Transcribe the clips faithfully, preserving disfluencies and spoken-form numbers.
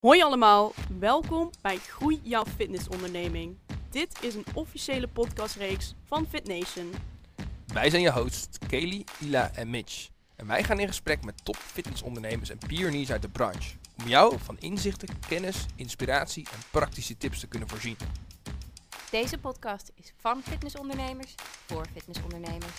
Hoi allemaal, welkom bij Groei jouw fitnessonderneming. Dit is een officiële podcastreeks van FitNation. Wij zijn je hosts Kelly, Ila en Mitch. En wij gaan in gesprek met top fitnessondernemers en pioniers uit de branche. Om jou van inzichten, kennis, inspiratie en praktische tips te kunnen voorzien. Deze podcast is van fitnessondernemers voor fitnessondernemers.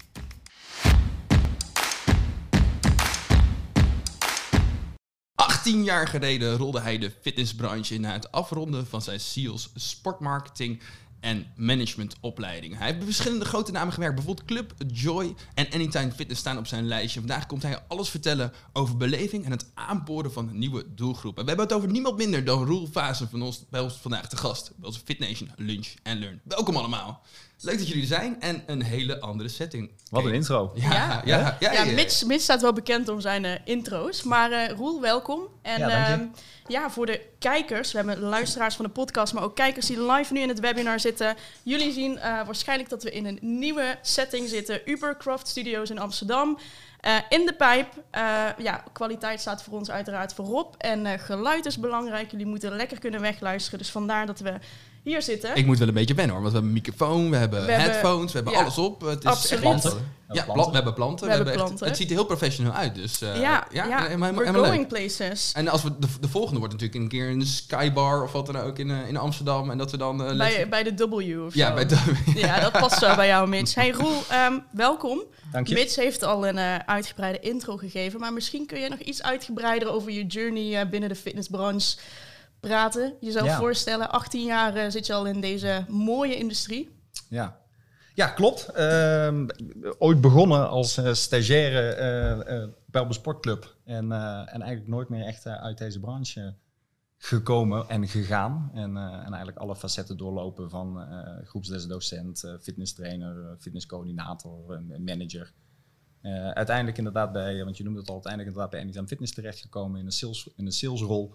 achttien jaar geleden rolde hij de fitnessbranche in na het afronden van zijn S E A L's sportmarketing en managementopleiding. Hij heeft bij verschillende grote namen gewerkt. Bijvoorbeeld Club, Joy en Anytime Fitness staan op zijn lijstje. Vandaag komt hij alles vertellen over beleving en het aanboren van nieuwe doelgroepen. We hebben het over niemand minder dan Roel Vaassen van ons, bij ons vandaag te gast. Bij onze FitNation Lunch and Learn. Welkom allemaal. Leuk dat jullie er zijn en een hele andere setting. Wat een intro. Ja, ja, ja. ja, ja, Ja, ja. Mitch, Mitch staat wel bekend om zijn uh, intro's. Maar uh, Roel, welkom. En Ja, dank je. uh, ja, voor de kijkers, we hebben luisteraars van de podcast, maar ook kijkers die live nu in het webinar zitten. Jullie zien uh, waarschijnlijk dat we in een nieuwe setting zitten. Ubercraft Studios in Amsterdam. Uh, in de pijp. Uh, ja, kwaliteit staat voor ons uiteraard voorop. En uh, geluid is belangrijk. Jullie moeten lekker kunnen wegluisteren. Dus vandaar dat we hier zitten. Ik moet wel een beetje wennen hoor, want we hebben een microfoon, we hebben We hebben- headphones, we hebben ja, alles op. Het is absoluut. echt Planten. Ja, planten. pla- we hebben planten. We hebben echt- planten. het ziet er heel professioneel uit. Dus, uh, ja, ja, ja, helemaal, we're helemaal going leuk. places. En als we de, de volgende wordt natuurlijk een keer in de Skybar of wat dan ook in, uh, in Amsterdam. En dat we dan... Uh, Bij, bij de W of ja, zo. bij de, Ja, dat past wel bij jou, Mitch. Hey Roel, um, welkom. Dank je. Mitch heeft al een uh, uitgebreide intro gegeven, maar misschien kun je nog iets uitgebreider over je journey uh, binnen de fitnessbranche praten. Jezelf Ja. voorstellen, achttien jaar uh, zit je al in deze mooie industrie. Ja, ja klopt. Ehm, ooit begonnen als uh, stagiaire uh, uh, bij op een sportclub. En, uh, en eigenlijk nooit meer echt uh, uit deze branche gekomen en gegaan. En, uh, en eigenlijk alle facetten doorlopen van uh, groepslesdocent, uh, fitnesstrainer, uh, fitnesscoördinator, uh, manager. Uh, uiteindelijk inderdaad bij, want je noemde het al, uiteindelijk inderdaad bij Anytime Fitness terechtgekomen in een sales, in een salesrol.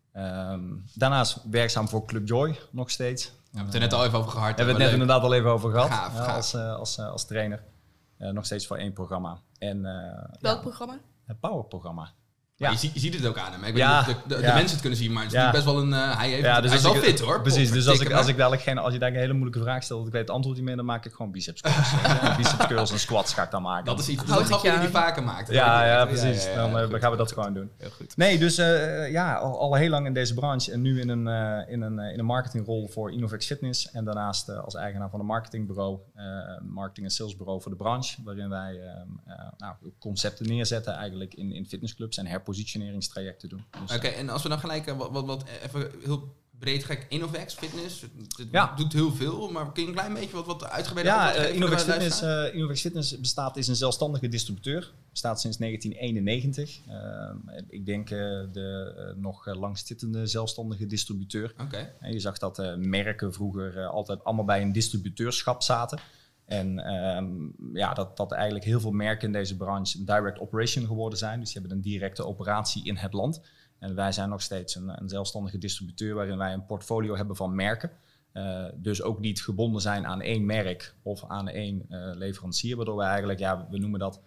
Um, daarnaast werkzaam voor Club Joy nog steeds. we hebben het er net al even over gehad. Daar hebben we het net inderdaad al even over gehad. Gaaf, ja, gaaf. Als, uh, als, uh, als trainer. Uh, nog steeds voor één programma. En, uh, Welk ja, programma? het Power-programma. Ja. Ja. Je, ziet, je ziet het ook aan hem. Ik weet Ja, niet of de, de, de ja. mensen het kunnen zien, maar het is Ja. best wel een... Uh, hij, heeft, Ja, dus hij is als wel ik- fit hoor. Precies, dus als ik, als, ik Potverdikke, dadelijk geen, als je daar een hele moeilijke vraag stelt, ik weet het antwoord niet meer, dan maak ik gewoon biceps curls. Ja, biceps curls en squats ga ik dan maken. Dat is iets dat Houd is een ik grapje je die hij aan. vaker maakt. Ja, ja, Ja, precies. ja, ja, dan uh, goed, gaan we dat goed, gewoon doen. Heel goed. Nee, dus uh, ja, al, al heel lang in deze branche en nu in een, uh, in een, uh, in een marketingrol voor Innovex Fitness. En daarnaast uh, als eigenaar van een marketingbureau, uh, marketing- en salesbureau voor de branche. Waarin wij uh, uh, nou, concepten neerzetten eigenlijk in, in fitnessclubs en herpositioneringstrajecten doen. Dus, Oké, en als we dan gelijk uh, wat, wat, wat even heel breed gek, Innovex Fitness, het Ja. doet heel veel, maar kun je een klein beetje wat, wat uitgebreider Ja, antwoord uh, geven voor Innovex, de Fitness, luisteraar? uh, Innovex Fitness bestaat, is een zelfstandige distributeur. Bestaat sinds negentien eenennegentig. Uh, ik denk uh, de uh, nog uh, langzittende zelfstandige distributeur. Oké. En je zag dat uh, merken vroeger uh, altijd allemaal bij een distributeurschap zaten. En um, ja, dat, dat eigenlijk heel veel merken in deze branche een direct operation geworden zijn. Dus die hebben een directe operatie in het land. En wij zijn nog steeds een, een zelfstandige distributeur waarin wij een portfolio hebben van merken. Uh, dus ook niet gebonden zijn aan één merk of aan één uh, leverancier. Waardoor we eigenlijk, ja, we noemen dat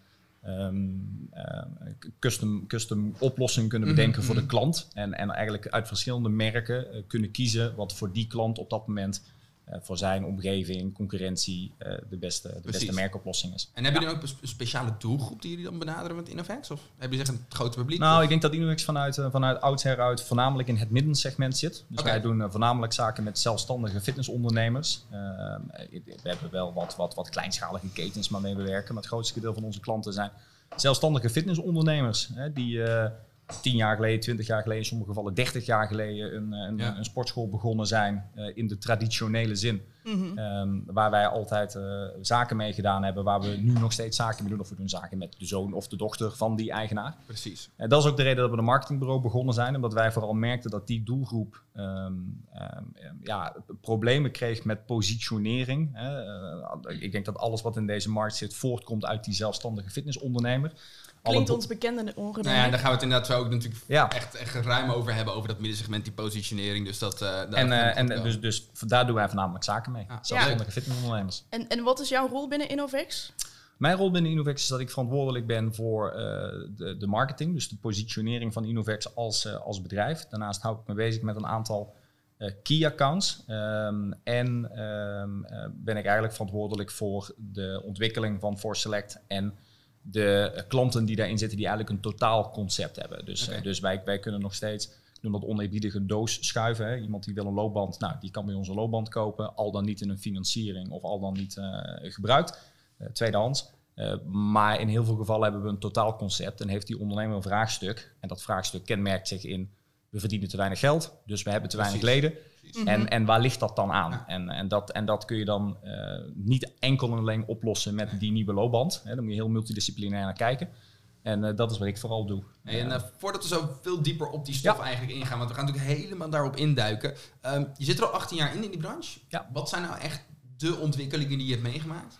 um, uh, custom, custom oplossing kunnen bedenken Mhm, voor de mhm. klant. En, en eigenlijk uit verschillende merken uh, kunnen kiezen wat voor die klant op dat moment uh, voor zijn omgeving, concurrentie, uh, de beste, de Precies. beste merkoplossing is. En hebben jullie dan ook een speciale doelgroep die jullie dan benaderen met Innovex? Of hebben jullie echt een groot publiek? Nou, Of- ik denk dat Innovex vanuit, uh, vanuit oudsher uit voornamelijk in het middensegment zit. Dus Oké. wij doen uh, voornamelijk zaken met zelfstandige fitnessondernemers. Uh, we hebben wel wat, wat, wat kleinschalige ketens waarmee we werken. Maar het grootste deel van onze klanten zijn zelfstandige fitnessondernemers. Hè, die uh, tien jaar geleden, twintig jaar geleden, in sommige gevallen dertig jaar geleden een, een, Ja. een sportschool begonnen zijn uh, in de traditionele zin. Mm-hmm. Um, waar wij altijd uh, zaken mee gedaan hebben, waar we nu nog steeds zaken mee doen. Of we doen zaken met de zoon of de dochter van die eigenaar. Precies. En dat is ook de reden dat we een marketingbureau begonnen zijn. Omdat wij vooral merkten dat die doelgroep um, um, ja, problemen kreeg met positionering. Hè. Uh, ik denk dat alles wat in deze markt zit voortkomt uit die zelfstandige fitnessondernemer. Klinkt Alle- ons bekend in de oren. Nou ja, daar gaan we het inderdaad zo ook natuurlijk Ja. echt, echt ruim over hebben, over dat middensegment, die positionering. Dus dat, uh, daar gaan En, we uh, goed en komen. dus, dus daar doen wij voornamelijk zaken mee. Ja. Zelfstandige fitnessondernemers. En, en wat is jouw rol binnen Innovex? Mijn rol binnen Innovex is dat ik verantwoordelijk ben voor uh, de, de marketing, dus de positionering van Innovex als, uh, als bedrijf. Daarnaast hou ik me bezig met een aantal uh, key accounts. Um, en um, uh, ben ik eigenlijk verantwoordelijk voor de ontwikkeling van Force Select en de uh, klanten die daarin zitten die eigenlijk een totaalconcept hebben. Dus, okay. uh, dus wij, wij kunnen nog steeds, ik noem dat oneerbiedig een doos schuiven. Hè. Iemand die wil een loopband, nou, die kan bij ons een loopband kopen, al dan niet in een financiering of al dan niet uh, gebruikt. Uh, tweedehands. Uh, maar in heel veel gevallen hebben we een totaalconcept en heeft die ondernemer een vraagstuk. En dat vraagstuk kenmerkt zich in, we verdienen te weinig geld, dus we hebben te weinig Precies. leden. Precies. En, en waar ligt dat dan aan? Ja. En, en, dat, en dat kun je dan uh, niet enkel en alleen oplossen met die nieuwe loopband. Hè, dan moet je heel multidisciplinair naar kijken. En uh, dat is wat ik vooral doe. Hey, en uh, voordat we zo veel dieper op die stof Ja. eigenlijk ingaan, want we gaan natuurlijk helemaal daarop induiken. Um, je zit er al achttien jaar in, in die branche. Ja. Wat zijn nou echt de ontwikkelingen die je hebt meegemaakt?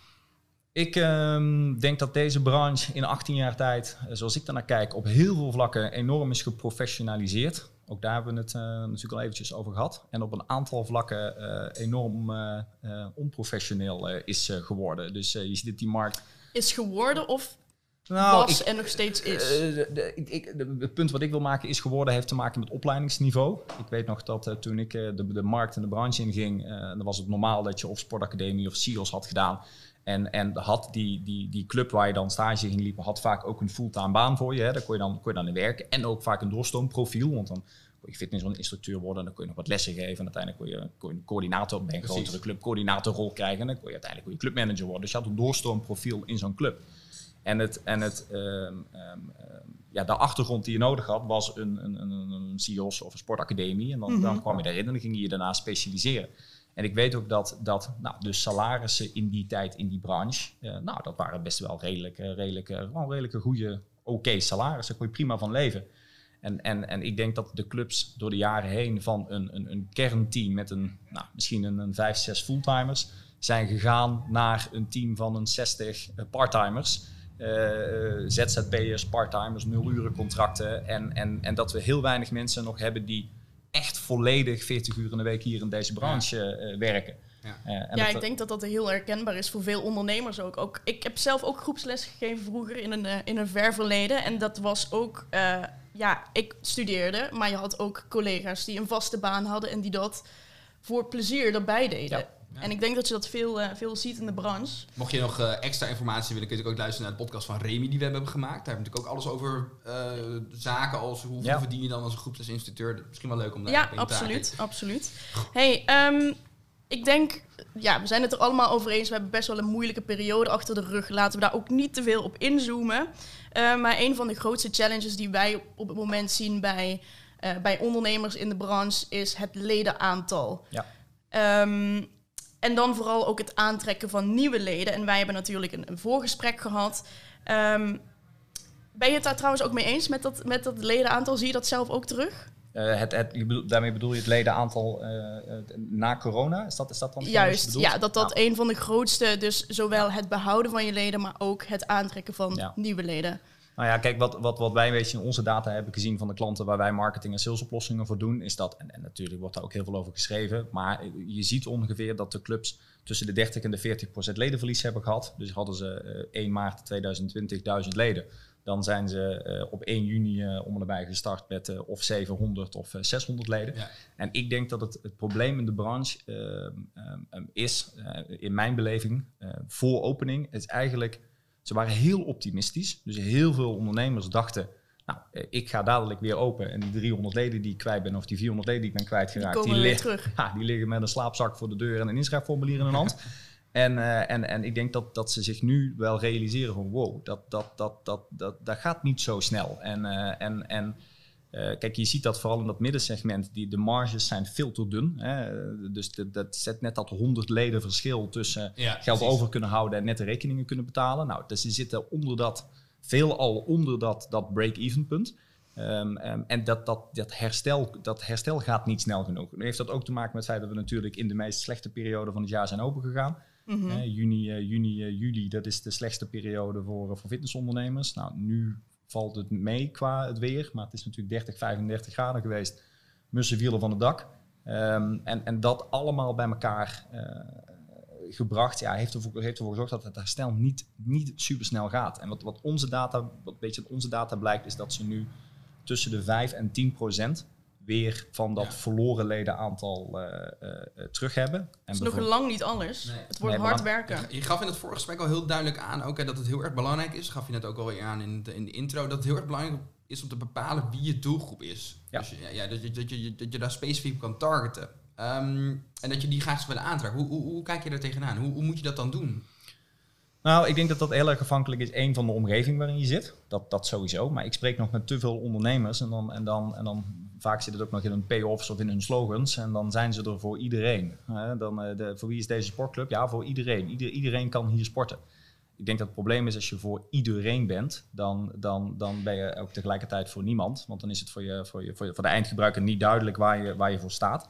Ik um, denk dat deze branche in achttien jaar tijd, zoals ik daarnaar kijk, op heel veel vlakken enorm is geprofessionaliseerd. Ook daar hebben we het uh, natuurlijk al eventjes over gehad. En op een aantal vlakken uh, enorm uh, uh, onprofessioneel uh, is uh, geworden. Dus uh, je ziet dat die markt... Is geworden of Nou, was ik, en nog steeds is? Uh, de, de, ik, de, het punt wat ik wil maken is geworden, heeft te maken met opleidingsniveau. Ik weet nog dat uh, toen ik uh, de, de markt en de branche inging, uh, dan was het normaal dat je of sportacademie of S E O S had gedaan. En, en had die, die, die club waar je dan stage ging liepen, had vaak ook een fulltime baan voor je. Hè. Daar kon je, dan, kon je dan in werken. En ook vaak een doorstoomprofiel, want dan kon je fitnessinstructeur worden en dan kon je nog wat lessen geven. En uiteindelijk kon je, kon je een coördinator bij een Precies. grotere club, coördinatorrol krijgen. En dan kon je uiteindelijk kon je clubmanager worden. Dus je had een doorstoomprofiel in zo'n club. En, het, en het, um, um, ja, de achtergrond die je nodig had, was een, een, een, een S E O S of een sportacademie. En dan, Mm-hmm. dan kwam je daarin en dan ging je je daarna specialiseren. En ik weet ook dat, dat nou, de salarissen in die tijd in die branche, uh, nou, dat waren best wel redelijke, redelijke, wel redelijke goede, oké okay salarissen. Daar kon je prima van leven. En, en, en ik denk dat de clubs door de jaren heen van een, een, een kernteam met een, nou, misschien een, een vijf, zes fulltimers, zijn gegaan naar een team van een zestig uh, parttimers. Uh, Z Z P'ers, parttimers, nuluren contracten. En, en, en dat we heel weinig mensen nog hebben die echt volledig veertig uur in de week hier in deze branche uh, werken. Ja. Uh, en Ja, dat, ik denk dat dat heel herkenbaar is voor veel ondernemers ook. ook ik heb zelf ook groepsles gegeven vroeger in een, uh, in een ver verleden. En dat was ook... Uh, ja, ik studeerde, maar je had ook collega's die een vaste baan hadden en die dat voor plezier erbij deden. Ja. Ja. En ik denk dat je dat veel, uh, veel ziet in de branche. Mocht je nog uh, extra informatie willen, kun je ook luisteren naar de podcast van Remy die we hebben gemaakt. Daar hebben we natuurlijk ook alles over uh, zaken als hoeveel Ja. verdien je dan als een groepslesinstructeur. Misschien wel leuk om daar Ja, op in te absoluut, haken. absoluut. Hey, um, ik denk, ja, we zijn het er allemaal over eens. We hebben best wel een moeilijke periode achter de rug. Laten we daar ook niet te veel op inzoomen. Uh, maar een van de grootste challenges die wij op het moment zien bij, uh, bij ondernemers in de branche is het ledenaantal. Ja. Um, en dan vooral ook het aantrekken van nieuwe leden. En wij hebben natuurlijk een, een voorgesprek gehad. Um, ben je het daar trouwens ook mee eens met dat, met dat ledenaantal? Zie je dat zelf ook terug? Uh, het, het, je bedoel, daarmee bedoel je het ledenaantal uh, uh, na corona? Is dat, is dat dan Juist, ja, dat dat nou. een van de grootste, dus zowel het behouden van je leden, maar ook het aantrekken van Ja. nieuwe leden. Nou ja, kijk, wat, wat, wat wij een beetje in onze data hebben gezien van de klanten waar wij marketing en salesoplossingen voor doen, is dat, en, en natuurlijk wordt daar ook heel veel over geschreven, maar je ziet ongeveer dat de clubs tussen de dertig en de veertig procent ledenverlies hebben gehad. Dus hadden ze uh, één maart tweeduizend twintig duizend leden. Dan zijn ze uh, op één juni uh, om en nabij gestart met uh, of zevenhonderd of uh, zeshonderd leden. Ja. En ik denk dat het, het probleem in de branche uh, um, um, is, uh, in mijn beleving, uh, voor opening, is eigenlijk, ze waren heel optimistisch. Dus heel veel ondernemers dachten, nou, uh, ik ga dadelijk weer open en die driehonderd leden die ik kwijt ben, of die vierhonderd leden die ik ben kwijtgeraakt, Die die, komen weer lig- terug. ja, die liggen met een slaapzak voor de deur en een inschrijfformulier in hun hand. En, uh, en, en ik denk dat, dat ze zich nu wel realiseren van wow, dat, dat, dat, dat, dat, dat gaat niet zo snel. En, uh, en, en uh, kijk, je ziet dat vooral in dat middensegment, die, de marges zijn veel te dun. Hè? Dus de, dat zet net dat honderd leden verschil tussen Ja, geld precies. over kunnen houden en net de rekeningen kunnen betalen. Nou, dus ze zitten onder dat, veelal onder dat, dat break-even punt. Um, um, en dat, dat, dat, herstel, dat herstel gaat niet snel genoeg. Nu heeft dat ook te maken met het feit dat we natuurlijk in de meest slechte periode van het jaar zijn opengegaan. Mm-hmm. Uh, juni, uh, juni uh, juli, dat is de slechtste periode voor, uh, voor fitnessondernemers. Nou, nu valt het mee qua het weer, maar het is natuurlijk dertig, vijfendertig graden geweest. Mussen vielen van het dak. Um, en, en dat allemaal bij elkaar uh, gebracht, ja, heeft, ervoor, heeft ervoor gezorgd dat het herstel niet, niet super snel gaat. En wat, wat onze data, wat een beetje onze data blijkt, is dat ze nu tussen de vijf en tien procent weer van dat Ja. verloren ledenaantal uh, uh, terug hebben. En Het is nog lang niet alles. Nee. Het wordt Nee, hard maar- werken. Je gaf in het vorige gesprek al heel duidelijk aan ook, hè, dat het heel erg belangrijk is. Gaf je net ook al weer aan in de, in de intro. Dat het heel erg belangrijk is om te bepalen wie je doelgroep is. Ja. Dus ja, ja, dat, je, dat, je, dat je daar specifiek op kan targeten. Um, en dat je die graag zou willen aantrekken. Hoe, hoe, hoe kijk je daar tegenaan? Hoe, hoe moet je dat dan doen? Nou, ik denk dat dat heel erg afhankelijk is, één, van de omgeving waarin je zit. Dat, dat sowieso. Maar ik spreek nog met te veel ondernemers. En dan, en, dan, en dan vaak zit het ook nog in hun payoffs of in hun slogans. En dan zijn ze er voor iedereen. Uh, dan, uh, de, voor wie is deze sportclub? Ja, voor iedereen. Ieder, iedereen kan hier sporten. Ik denk dat het probleem is als je voor iedereen bent, dan, dan, dan ben je ook tegelijkertijd voor niemand. Want dan is het voor, je, voor, je, voor, je, voor de eindgebruiker niet duidelijk waar je, waar je voor staat.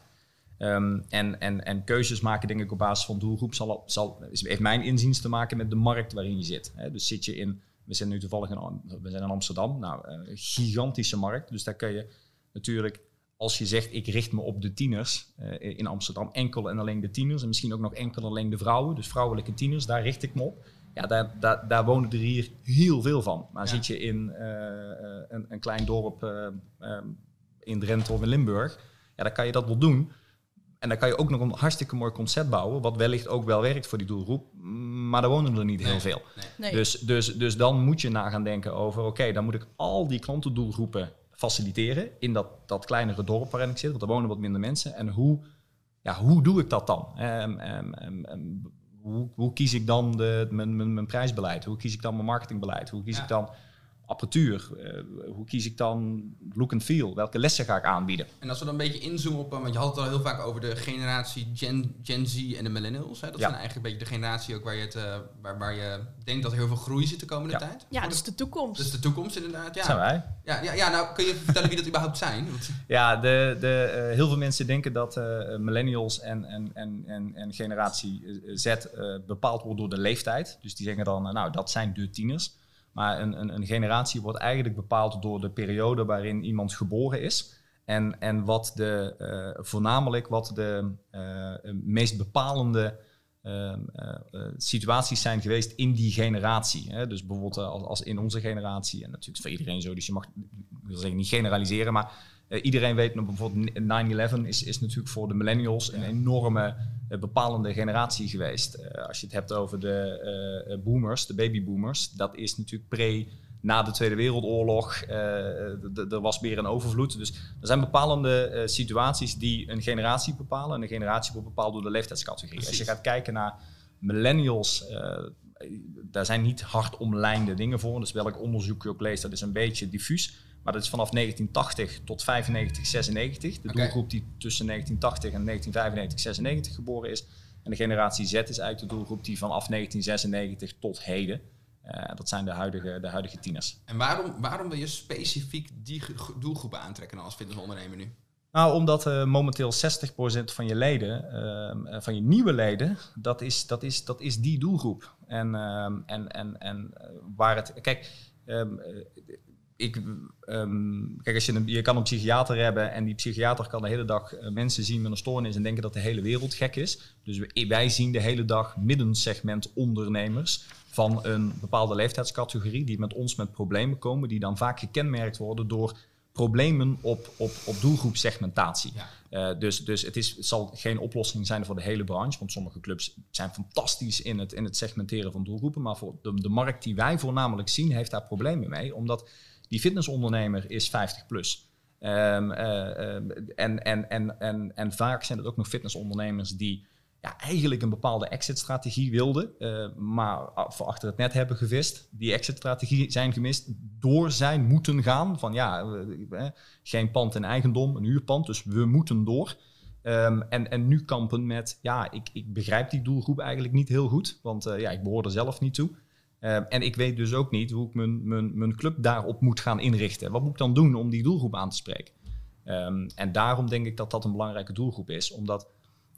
Um, en, en, en keuzes maken, denk ik, op basis van doelgroep zal, zal, heeft mijn inziens te maken met de markt waarin je zit. Hè. Dus zit je in, we zijn nu toevallig in, we zijn in Amsterdam, nou, een gigantische markt. Dus daar kun je natuurlijk, als je zegt, ik richt me op de tieners uh, in Amsterdam, enkel en alleen de tieners en misschien ook nog enkel en alleen de vrouwen, dus vrouwelijke tieners, daar richt ik me op. Ja, daar, daar, daar wonen er hier heel veel van. Maar Ja. zit je in uh, een, een klein dorp uh, uh, in Drenthe of in Limburg, ja, dan kan je dat wel doen. En dan kan je ook nog een hartstikke mooi concept bouwen, wat wellicht ook wel werkt voor die doelgroep. Maar daar wonen er niet Nee. heel veel. Nee. Nee. Dus, dus, dus dan moet je na gaan denken over, oké, okay, dan moet ik al die klantendoelgroepen faciliteren in dat, dat kleinere dorp waarin ik zit, want er wonen wat minder mensen. En hoe, ja, hoe doe ik dat dan? Um, um, um, um, hoe, hoe kies ik dan de, mijn, mijn, mijn prijsbeleid? Hoe kies ik dan mijn marketingbeleid? Hoe kies Ja. ik dan apparatuur? Uh, hoe kies ik dan look and feel? Welke lessen ga ik aanbieden? En als we dan een beetje inzoomen op, want je had het al heel vaak over de generatie Gen, Gen Z en de millennials. Hè? Dat Ja. zijn eigenlijk een beetje de generatie ook waar je, het, uh, waar, waar je denkt dat er heel veel groei zit de komende Ja. tijd. Ja, dat is de toekomst. Dat is de toekomst inderdaad. Dat zijn Ja. wij. Ja, ja, ja, nou kun je even vertellen wie dat überhaupt zijn? Want, Ja, de, de, uh, heel veel mensen denken dat uh, millennials en, en, en, en, en generatie Z uh, bepaald wordt door de leeftijd. Dus die zeggen dan, uh, nou, dat zijn de tieners. Maar een, een, een generatie wordt eigenlijk bepaald door de periode waarin iemand geboren is. En, en wat de, uh, voornamelijk wat de uh, meest bepalende uh, uh, uh, situaties zijn geweest in die generatie. Hè? Dus bijvoorbeeld uh, als, als in onze generatie, en natuurlijk voor iedereen zo, dus je mag, ik wil zeggen niet generaliseren, maar uh, iedereen weet nog bijvoorbeeld nine eleven is, is natuurlijk voor de millennials een enorme uh, bepalende generatie geweest. Uh, als je het hebt over de uh, boomers, de babyboomers, dat is natuurlijk pre- na de Tweede Wereldoorlog, uh, er was weer een overvloed. Dus er zijn bepalende uh, situaties die een generatie bepalen. En een generatie wordt bepaald door de leeftijdscategorie. Precies. Als je gaat kijken naar millennials, uh, daar zijn niet hard omlijnde dingen voor. Dus welk onderzoek je ook leest, dat is een beetje diffuus. Maar dat is vanaf negentien tachtig tot vijfennegentig, zesennegentig. De Oké. doelgroep die tussen negentien tachtig en negentien vijfennegentig, zesennegentig geboren is. En de generatie Z is eigenlijk de doelgroep die vanaf negentien zesennegentig tot heden. Uh, dat zijn de huidige, de huidige tieners. en waarom, waarom wil je specifiek die ge- doelgroepen aantrekken dan als fitnessondernemer nu? Nou, omdat uh, momenteel zestig procent van je leden, uh, van je nieuwe leden, dat is, dat is, dat is die doelgroep. En, uh, en, en, en uh, waar het... Kijk, um, ik, um, kijk als je, een, je kan een psychiater hebben en die psychiater kan de hele dag uh, mensen zien met een stoornis en denken dat de hele wereld gek is. Dus wij, wij zien de hele dag middensegment ondernemers van een bepaalde leeftijdscategorie die met ons met problemen komen, die dan vaak gekenmerkt worden door problemen op, op, op doelgroepsegmentatie. Ja. Uh, dus dus het, is, het zal geen oplossing zijn voor de hele branche, want sommige clubs zijn fantastisch in het, in het segmenteren van doelgroepen, maar voor de, de markt die wij voornamelijk zien, heeft daar problemen mee, omdat die fitnessondernemer is vijftig plus. Um, uh, uh, en, en, en, en, en vaak zijn het ook nog fitnessondernemers die ja, eigenlijk een bepaalde exit-strategie wilden, uh, maar voor achter het net hebben gevist. Die exit-strategie zijn gemist door zijn moeten gaan. Van ja, uh, geen pand in eigendom, een huurpand, dus we moeten door. Um, en, en nu kampen met, ja, ik, ik begrijp die doelgroep eigenlijk niet heel goed, want uh, ja, ik behoor er zelf niet toe. Uh, en ik weet dus ook niet hoe ik mijn, mijn, mijn club daarop moet gaan inrichten. Wat moet ik dan doen om die doelgroep aan te spreken? Um, en daarom denk ik dat dat een belangrijke doelgroep is, omdat...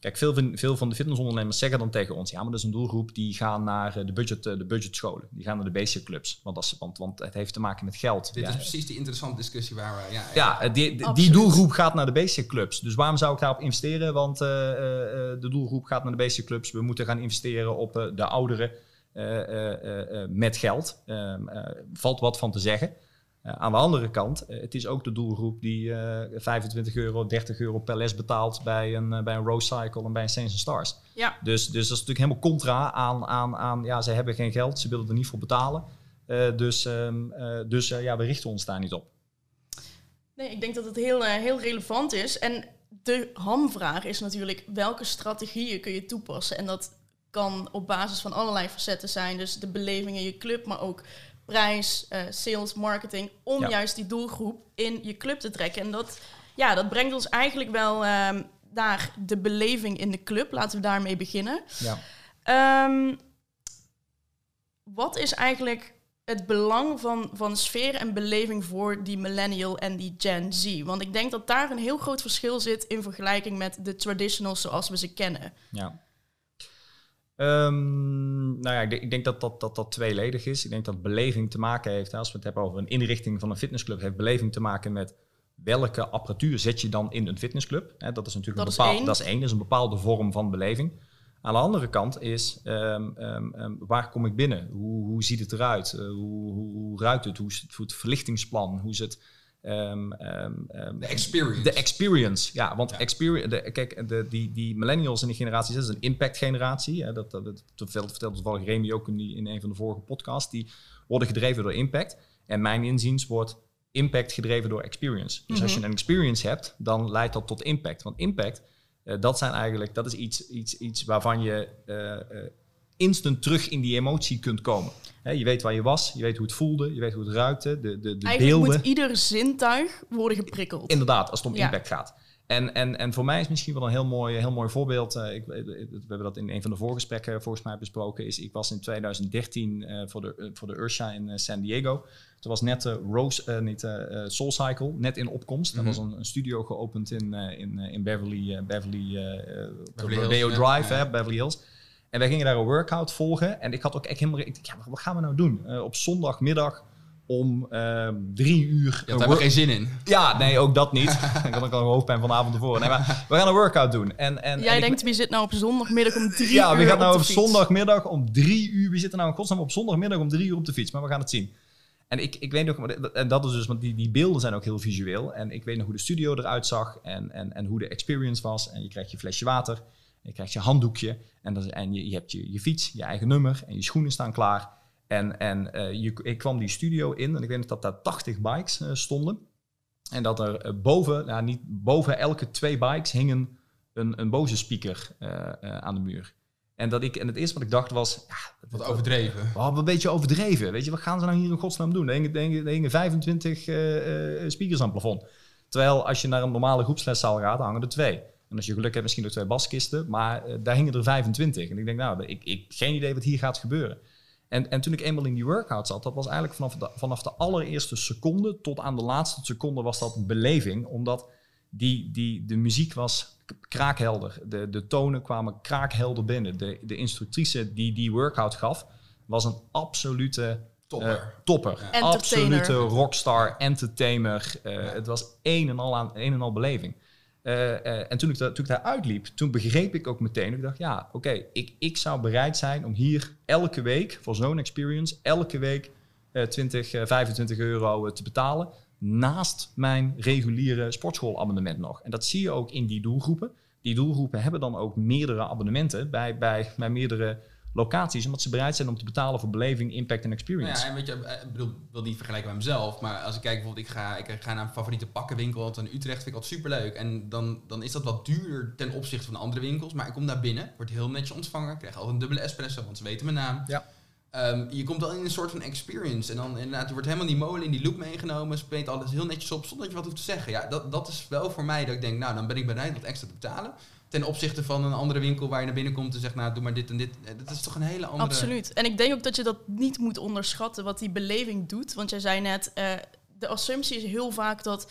Kijk, veel van, veel van de fitnessondernemers zeggen dan tegen ons... ja, maar dat is een doelgroep die gaan naar de, budget, de budgetscholen. Die gaan naar de basic clubs. Want, als, want, want het heeft te maken met geld. Dit ja. is precies die interessante discussie waar we... Ja, ja, ja die, die, die doelgroep gaat naar de basic clubs. Dus waarom zou ik daarop investeren? Want uh, uh, de doelgroep gaat naar de basic clubs. We moeten gaan investeren op uh, de ouderen uh, uh, uh, met geld. Uh, uh, valt wat van te zeggen. Uh, aan de andere kant, uh, het is ook de doelgroep die uh, vijfentwintig euro, dertig euro per les betaalt bij een, uh, bij een Rose Cycle en bij een Saints and Stars. Ja. Dus, dus dat is natuurlijk helemaal contra aan, aan, aan, ja, ze hebben geen geld, ze willen er niet voor betalen. Uh, dus um, uh, dus uh, ja, we richten ons daar niet op. Nee, ik denk dat het heel, uh, heel relevant is. En de hamvraag is natuurlijk, welke strategieën kun je toepassen? En dat kan op basis van allerlei facetten zijn. Dus de beleving in je club, maar ook prijs, uh, sales, marketing, om ja. juist die doelgroep in je club te trekken. En dat, ja, dat brengt ons eigenlijk wel uh, naar de beleving in de club. Laten we daarmee beginnen. Ja. Um, wat is eigenlijk het belang van, van sfeer en beleving voor die millennial en die Gen Z? Want ik denk dat daar een heel groot verschil zit in vergelijking met de traditionals zoals we ze kennen. Ja. Um, nou ja, ik denk, ik denk dat, dat, dat dat tweeledig is. Ik denk dat beleving te maken heeft, hè, als we het hebben over een inrichting van een fitnessclub, heeft beleving te maken met welke apparatuur zet je dan in een fitnessclub. Hè, dat is natuurlijk dat een bepaald, is één. dat is één, dat is een bepaalde vorm van beleving. Aan de andere kant is, um, um, um, waar kom ik binnen? Hoe, hoe ziet het eruit? Uh, hoe, hoe, hoe ruikt het? Hoe is het, hoe het verlichtingsplan? Hoe is het... Um, um, um, de experience. De experience, ja. Want ja. experience, de, kijk, de, die, die millennials en die generaties, dat is een impact-generatie. Hè, dat, dat, dat vertelde toevallig Remy ook in, die, in een van de vorige podcasts. Die worden gedreven door impact. En mijn inziens wordt impact gedreven door experience. Dus mm-hmm. als je een experience hebt, dan leidt dat tot impact. Want impact, uh, dat zijn eigenlijk, dat is iets, iets, iets waarvan je uh, uh, instant terug in die emotie kunt komen. He, je weet waar je was, je weet hoe het voelde, je weet hoe het ruikte, de, de, de Eigenlijk beelden. moet ieder zintuig worden geprikkeld. Inderdaad, als het om ja. impact gaat. En, en, en voor mij is misschien wel een heel mooi, heel mooi voorbeeld. Uh, ik, we hebben dat in een van de voorgesprekken volgens mij besproken. Is, ik was in twintig dertien uh, voor de, uh, voor de Ursha in uh, San Diego. Toen was net uh, Rose, uh, niet uh, Soul Cycle, net in opkomst. Mm-hmm. Er was een, een studio geopend in, uh, in, uh, in Beverly, uh, Beverly, uh, Beverly Rodeo Drive, ja. hè, Beverly Hills. En wij gingen daar een workout volgen. En ik had ook echt helemaal... Ik dacht, ja, wat gaan we nou doen? Uh, op zondagmiddag om uh, drie uur... Je had daar geen zin in. Ja, nee, ook dat niet. Ik had ook al een hoofdpijn van de avond ervoor. Nee, maar we gaan een workout doen. En, en, Jij en denkt, ik, wie zit nou op zondagmiddag om drie ja, uur we gaan nou op op de fiets? zondagmiddag om drie uur... We zitten nou in godsnaam op zondagmiddag om drie uur op de fiets. Maar we gaan het zien. En ik, ik weet nog... En dat is dus... Want die, die beelden zijn ook heel visueel. En ik weet nog hoe de studio eruit zag. En, en, en hoe de experience was. En je krijgt je flesje water. Je krijgt je handdoekje en, dat, en je, je hebt je, je fiets, je eigen nummer en je schoenen staan klaar. En, en uh, je, ik kwam die studio in en ik weet nog dat daar tachtig bikes uh, stonden. En dat er uh, boven, nou niet boven elke twee bikes hingen een, een Bose speaker uh, uh, aan de muur. En, dat ik, en het eerste wat ik dacht was... Ja, wat overdreven. Wat een beetje overdreven. Weet je, wat gaan ze nou hier in godsnaam doen? Er hingen, er hingen, er hingen vijfentwintig uh, uh, speakers aan het plafond. Terwijl als je naar een normale groepsleszaal gaat, hangen er twee. En als je geluk hebt, misschien nog twee baskisten. Maar uh, daar hingen er vijfentwintig. En ik denk, nou, ik, ik geen idee wat hier gaat gebeuren. En, en toen ik eenmaal in die workout zat, dat was eigenlijk vanaf de, vanaf de allereerste seconde tot aan de laatste seconde was dat een beleving. Omdat die, die, de muziek was kraakhelder. De, de tonen kwamen kraakhelder binnen. De, de instructrice die die workout gaf, was een absolute topper. Uh, topper. Ja. Absolute rockstar, entertainer. Uh, ja. Het was een en al, aan, een en al beleving. Uh, uh, en toen ik, da- toen ik daar uitliep, toen begreep ik ook meteen. Ik dacht, ja, oké, okay, ik, ik zou bereid zijn om hier elke week, voor zo'n experience, elke week uh, twintig, vijfentwintig euro uh, te betalen. Naast mijn reguliere sportschoolabonnement nog. En dat zie je ook in die doelgroepen. Die doelgroepen hebben dan ook meerdere abonnementen bij, bij, bij meerdere locaties, omdat ze bereid zijn om te betalen voor beleving, impact en experience. Ja, en weet je, ik bedoel, ik wil niet vergelijken met mezelf, maar als ik kijk bijvoorbeeld, ik ga, ik ga naar een favoriete pakkenwinkel, want in Utrecht vind ik altijd superleuk. En dan, dan is dat wat duurder ten opzichte van de andere winkels, maar ik kom daar binnen, word heel netjes ontvangen, krijg altijd een dubbele espresso, want ze weten mijn naam. Ja. Um, je komt dan in een soort van experience en dan inderdaad, er wordt helemaal die molen in die loop meegenomen, ze peet alles heel netjes op, zonder dat je wat hoeft te zeggen. Ja, dat, dat is wel voor mij dat ik denk, nou, dan ben ik bereid wat extra te betalen. Ten opzichte van een andere winkel waar je naar binnen komt en zegt, nou, doe maar dit en dit. Dat is toch een hele andere... Absoluut. En ik denk ook dat je dat niet moet onderschatten, wat die beleving doet. Want jij zei net, uh, de assumptie is heel vaak dat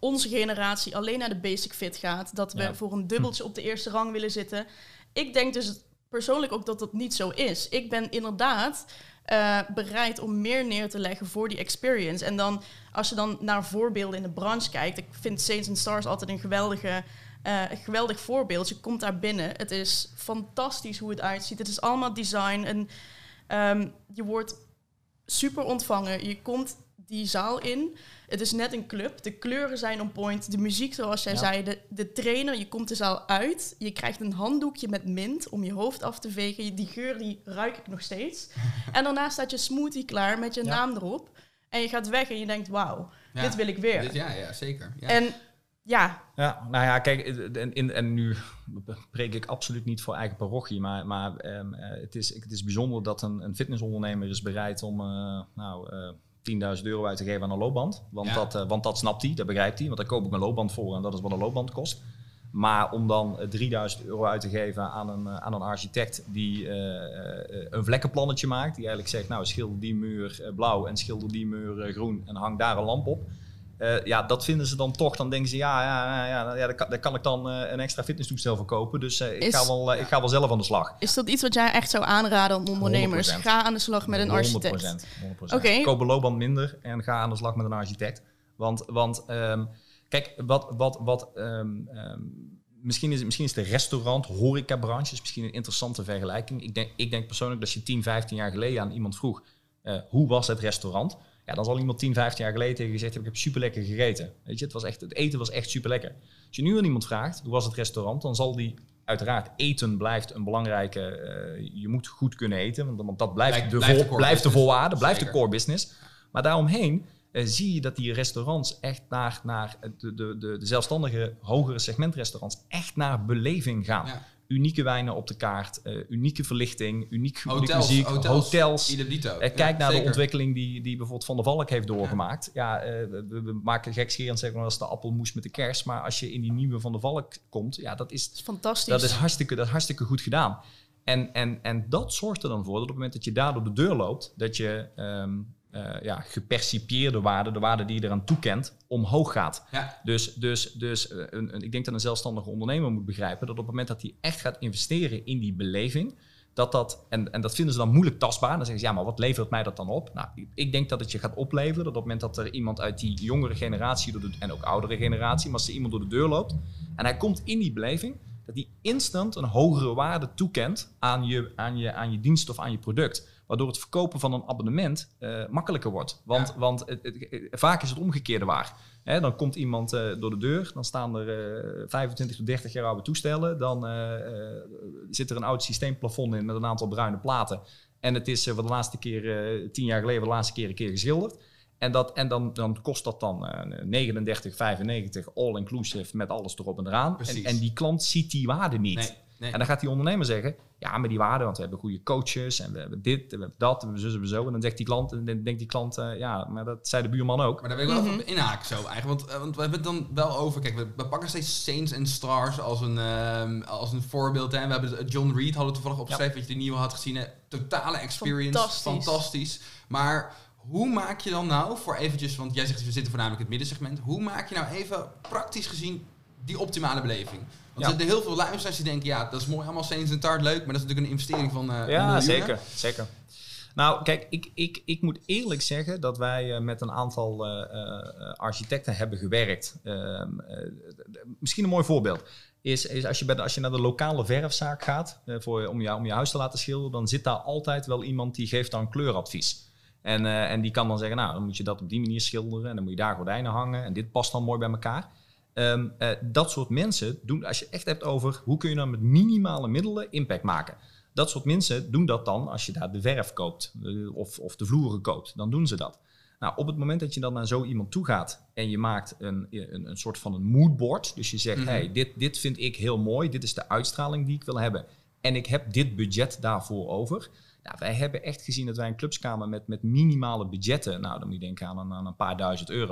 onze generatie alleen naar de basic fit gaat. Dat we Ja. voor een dubbeltje op de eerste rang willen zitten. Ik denk dus persoonlijk ook dat dat niet zo is. Ik ben inderdaad uh, bereid om meer neer te leggen voor die experience. En dan, als je dan naar voorbeelden in de branche kijkt... Ik vind Saints and Stars altijd een geweldige... Uh, een geweldig voorbeeld. Je komt daar binnen. Het is fantastisch hoe het uitziet. Het is allemaal design. En um, je wordt super ontvangen. Je komt die zaal in. Het is net een club. De kleuren zijn on point. De muziek, zoals jij ja. zei. De, de trainer, je komt de zaal uit. Je krijgt een handdoekje met mint om je hoofd af te vegen. Die geur, die ruik ik nog steeds. En daarna staat je smoothie klaar met je ja. naam erop. En je gaat weg en je denkt, wauw, ja. dit wil ik weer. Dit, ja, ja, zeker. Ja. En ja. Ja, nou ja, kijk, en, in, en nu preek ik absoluut niet voor eigen parochie, maar, maar um, het, is, het is bijzonder dat een, een fitnessondernemer is bereid om uh, nou, uh, tienduizend euro uit te geven aan een loopband. Want, ja. dat, uh, want dat snapt hij, dat begrijpt hij, want daar koop ik mijn loopband voor en dat is wat een loopband kost. Maar om dan uh, drieduizend euro uit te geven aan een, uh, aan een architect die uh, uh, een vlekkenplannetje maakt, die eigenlijk zegt, nou schilder die muur uh, blauw en schilder die muur uh, groen en hang daar een lamp op. Uh, ja, dat vinden ze dan toch. Dan denken ze, ja, ja, ja, ja daar, kan, daar kan ik dan uh, een extra fitnesstoestel voor kopen. Dus uh, ik, is, ga wel, uh, ik ga wel zelf aan de slag. Is dat iets wat jij echt zou aanraden aan ondernemers? honderd procent. Ga aan de slag met een architect. honderd procent. honderd procent. Okay. Koop een loopband minder en ga aan de slag met een architect. Want, want um, kijk, wat... wat, wat um, um, Misschien is, misschien is de restaurant, horecabranche is misschien een interessante vergelijking. Ik denk, ik denk persoonlijk dat als je tien, vijftien jaar geleden aan iemand vroeg, uh, hoe was het restaurant? Ja, dan zal iemand tien, vijftien jaar geleden tegen je gezegd hebben, ik heb super lekker gegeten. Weet je, het, was echt, het eten was echt super lekker. Als je nu aan iemand vraagt, hoe was het restaurant? Dan zal die, uiteraard, eten blijft een belangrijke, uh, je moet goed kunnen eten, want, want dat blijft, Blijf, de, blijft, vol, de, blijft de voorwaarde, blijft Zeker. de core business. Maar daaromheen uh, zie je dat die restaurants echt naar, naar de, de, de, de zelfstandige, hogere segmentrestaurants echt naar beleving gaan. Ja. Unieke wijnen op de kaart, uh, unieke verlichting, uniek, hotels, unieke muziek, hotels. hotels. Uh, kijk ja, naar zeker. de ontwikkeling die, die bijvoorbeeld Van der Valk heeft doorgemaakt. Ja, ja uh, we, we maken gekscherend zeggen dat is de appelmoes met de kers. Maar als je in die nieuwe Van der Valk komt, ja, dat is, dat is fantastisch. Dat is hartstikke, dat is hartstikke goed gedaan. En, en, en dat zorgt er dan voor dat op het moment dat je daar door de deur loopt, dat je um, uh, ja, gepercipieerde waarde, de waarde die je eraan toekent, omhoog gaat. Ja. Dus, dus, dus uh, een, een, ik denk dat een zelfstandige ondernemer moet begrijpen dat op het moment dat hij echt gaat investeren in die beleving, dat dat, en, en dat vinden ze dan moeilijk tastbaar. Dan zeggen ze, ja, maar wat levert mij dat dan op? Nou, ik denk dat het je gaat opleveren dat op het moment dat er iemand uit die jongere generatie, door de, en ook oudere generatie, maar als er iemand door de deur loopt en hij komt in die beleving, dat die instant een hogere waarde toekent aan je, aan je, aan je dienst of aan je product. Waardoor het verkopen van een abonnement uh, makkelijker wordt. Want, ja. want het, het, het, vaak is het omgekeerde waar. He, dan komt iemand uh, door de deur, dan staan er uh, vijfentwintig tot dertig jaar oude toestellen. Dan uh, uh, zit er een oud systeemplafond in met een aantal bruine platen. En het is uh, voor de laatste keer, uh, tien jaar geleden, voor de laatste keer een keer geschilderd. En, dat, en dan, dan kost dat dan uh, negenendertig vijfennegentig all-inclusive met alles erop en eraan. En, en die klant ziet die waarde niet. Nee, nee. En dan gaat die ondernemer zeggen, ja, maar die waarde, want we hebben goede coaches en we hebben dit en we hebben dat en we zus en we zo. En dan zegt die klant, en dan denkt die klant, uh, ja, maar dat zei de buurman ook. Maar daar wil ik wel mm-hmm. even inhaken zo eigenlijk. Want, uh, want we hebben het dan wel over, kijk, we, we pakken steeds Saints and Stars als een, uh, als een voorbeeld. Hè. We hebben John Reed, hadden we toevallig opgeschreven, ja. dat je de nieuwe had gezien. Hè. Totale experience, fantastisch. fantastisch. Maar hoe maak je dan nou voor eventjes, want jij zegt we zitten voornamelijk in het middensegment. Hoe maak je nou even praktisch gezien die optimale beleving? Want ja. er zitten heel veel luisteraars die denken, ja, dat is mooi, allemaal Saints and Stars, leuk, maar dat is natuurlijk een investering van uh, ja, zeker, zeker. Nou, kijk, ik, ik, ik moet eerlijk zeggen dat wij uh, met een aantal uh, uh, architecten hebben gewerkt. Uh, uh, misschien een mooi voorbeeld is, is als, je bij de, als je naar de lokale verfzaak gaat uh, voor, om, je, om je huis te laten schilderen, dan zit daar altijd wel iemand die geeft dan kleuradvies. En, uh, en die kan dan zeggen, nou, dan moet je dat op die manier schilderen en dan moet je daar gordijnen hangen en dit past dan mooi bij elkaar. Um, uh, dat soort mensen doen, als je echt hebt over hoe kun je nou met minimale middelen impact maken. Dat soort mensen doen dat dan als je daar de verf koopt uh, of, of de vloeren koopt. Dan doen ze dat. Nou, op het moment dat je dan naar zo iemand toe gaat en je maakt een, een, een soort van een moodboard. Dus je zegt, mm-hmm. hey, dit, dit vind ik heel mooi. Dit is de uitstraling die ik wil hebben. En ik heb dit budget daarvoor over. Nou, wij hebben echt gezien dat wij een clubskamer met, met minimale budgetten, nou dan moet je denken aan een, aan een paar duizend euro.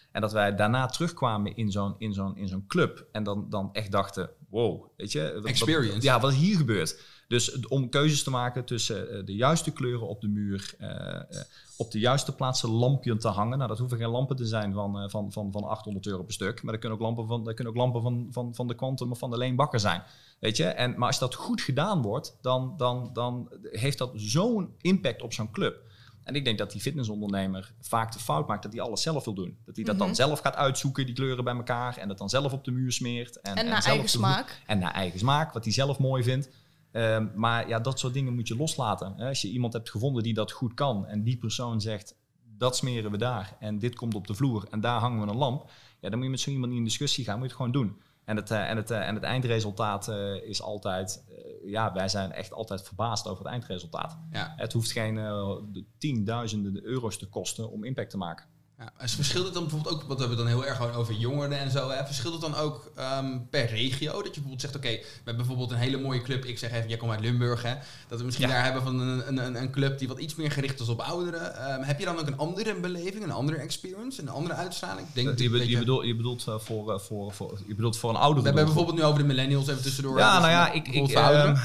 En dat wij daarna terugkwamen in zo'n, in zo'n, in zo'n club. En dan, dan echt dachten, wow, weet je. Wat, Experience. Wat, ja, wat is hier gebeurd? Dus om keuzes te maken tussen uh, de juiste kleuren op de muur, uh, uh, op de juiste plaats een lampje te hangen. Nou, dat hoeven geen lampen te zijn van, uh, van, van, van achthonderd euro per stuk. Maar dat kunnen ook lampen van, dat kunnen ook lampen van, van, van de Quantum of van de Leen Bakker zijn. Weet je? En, maar als dat goed gedaan wordt, dan, dan, dan heeft dat zo'n impact op zo'n club. En ik denk dat die fitnessondernemer vaak de fout maakt dat hij alles zelf wil doen. Dat hij dat Mm-hmm. dan zelf gaat uitzoeken, die kleuren bij elkaar. En dat dan zelf op de muur smeert. En, En en naar zelf eigen te- smaak. En naar eigen smaak, wat hij zelf mooi vindt. Um, maar ja, dat soort dingen moet je loslaten. Hè? Als je iemand hebt gevonden die dat goed kan. En die persoon zegt, dat smeren we daar. En dit komt op de vloer. En daar hangen we een lamp. Ja, dan moet je met zo iemand niet in discussie gaan. Moet je het gewoon doen. En het, uh, en het, uh, en het eindresultaat uh, is altijd... Uh, ja, wij zijn echt altijd verbaasd over het eindresultaat. Ja. Het hoeft geen uh, de tienduizenden euro's te kosten om impact te maken. Ja, dus verschilt het dan bijvoorbeeld ook, want we hebben het dan heel erg gewoon over jongeren en zo, hè? Verschilt het dan ook um, per regio? Dat je bijvoorbeeld zegt, oké, okay, we hebben bijvoorbeeld een hele mooie club, ik zeg even, jij komt uit Limburg, hè? Dat we misschien Ja. daar hebben van een, een, een club die wat iets meer gericht is op ouderen. Um, heb je dan ook een andere beleving, een andere experience, een andere uitstraling? Ik denk Uh, je, dat je, je, bedoelt, je bedoelt uh, voor, uh, voor, voor, je bedoelt voor een ouder. we hebben bijvoorbeeld nu over de millennials even tussendoor. Ja, dus nou ja, ik, bijvoorbeeld ik, voor ouderen.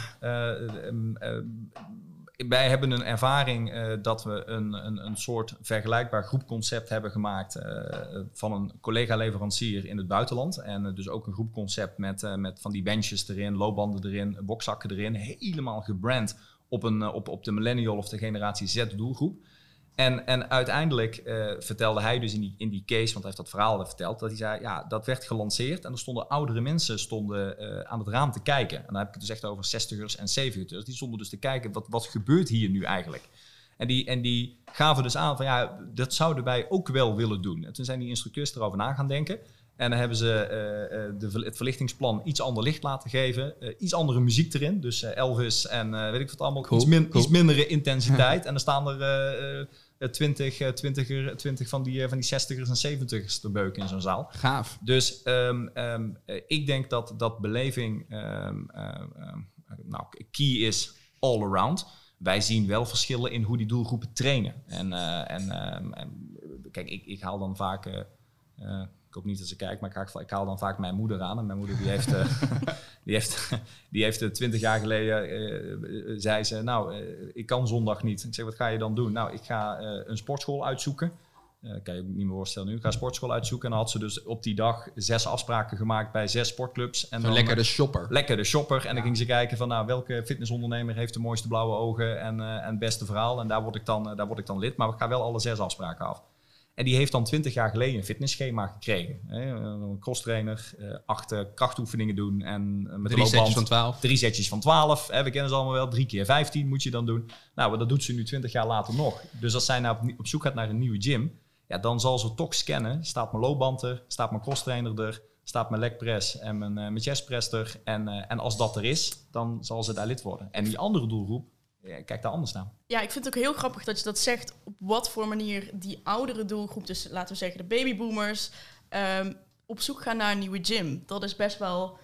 um, uh, um, uh, wij hebben een ervaring uh, dat we een, een, een soort vergelijkbaar groepconcept hebben gemaakt uh, van een collega-leverancier in het buitenland. En uh, dus ook een groepconcept met, uh, met van die benches erin, loopbanden erin, bokzakken erin. Helemaal gebrand op, een, uh, op, op de millennial of de generatie Z doelgroep. En, en uiteindelijk uh, vertelde hij dus in die, in die case, want hij heeft dat verhaal verteld, dat hij zei, ja, dat werd gelanceerd en er stonden oudere mensen stonden, uh, aan het raam te kijken. En dan heb ik het dus echt over zestigers en zeventigers. Die stonden dus te kijken, wat, wat gebeurt hier nu eigenlijk? En die, en die gaven dus aan van, ja, dat zouden wij ook wel willen doen. En toen zijn die instructeurs erover na gaan denken. En dan hebben ze uh, de, het verlichtingsplan iets ander licht laten geven. Uh, iets andere muziek erin. Dus uh, Elvis en uh, weet ik wat allemaal. Cool, iets, min, cool. iets mindere intensiteit. En dan staan er uh, twintig, uh, twintig, twintig van die, uh, van die zestigers en zeventigers te beuken in zo'n zaal. Gaaf. Dus um, um, uh, ik denk dat dat beleving um, uh, um, nou, key is all around. Wij zien wel verschillen in hoe die doelgroepen trainen. En, uh, en, um, en kijk, ik, ik haal dan vaak... Uh, uh, ik hoop niet dat ze kijkt, maar ik haal, ik haal dan vaak mijn moeder aan. En mijn moeder die heeft, uh, die heeft, die heeft twintig jaar geleden, uh, zei ze, nou, uh, ik kan zondag niet. Ik zeg, wat ga je dan doen? Nou, ik ga uh, een sportschool uitzoeken. Uh, kan je je niet meer voorstellen nu. Ik ga een sportschool uitzoeken. En dan had ze dus op die dag zes afspraken gemaakt bij zes sportclubs. En Zo dan, lekker de shopper. Lekker de shopper. En dan ging ze kijken van, nou, welke fitnessondernemer heeft de mooiste blauwe ogen en, uh, en het beste verhaal. En daar word, ik dan, uh, daar word ik dan lid. Maar ik ga wel alle zes afspraken af. En die heeft dan twintig jaar geleden een fitnessschema gekregen. Een crosstrainer, acht krachtoefeningen doen en met Drie de setjes loopband van twaalf. drie setjes van twaalf. We kennen ze allemaal wel. Drie keer vijftien moet je dan doen. Nou, dat doet ze nu twintig jaar later nog. Dus als zij nou op, op zoek gaat naar een nieuwe gym, ja, dan zal ze toch scannen. Staat mijn loopband er, staat mijn crosstrainer er, staat mijn legpress en mijn, uh, mijn chestpress er. En, uh, en als dat er is, dan zal ze daar lid worden. En die andere doelgroep, ja, kijk daar anders naar. Ja, ik vind het ook heel grappig dat je dat zegt. Op wat voor manier die oudere doelgroep, dus laten we zeggen de babyboomers, um, op zoek gaan naar een nieuwe gym. Dat is best wel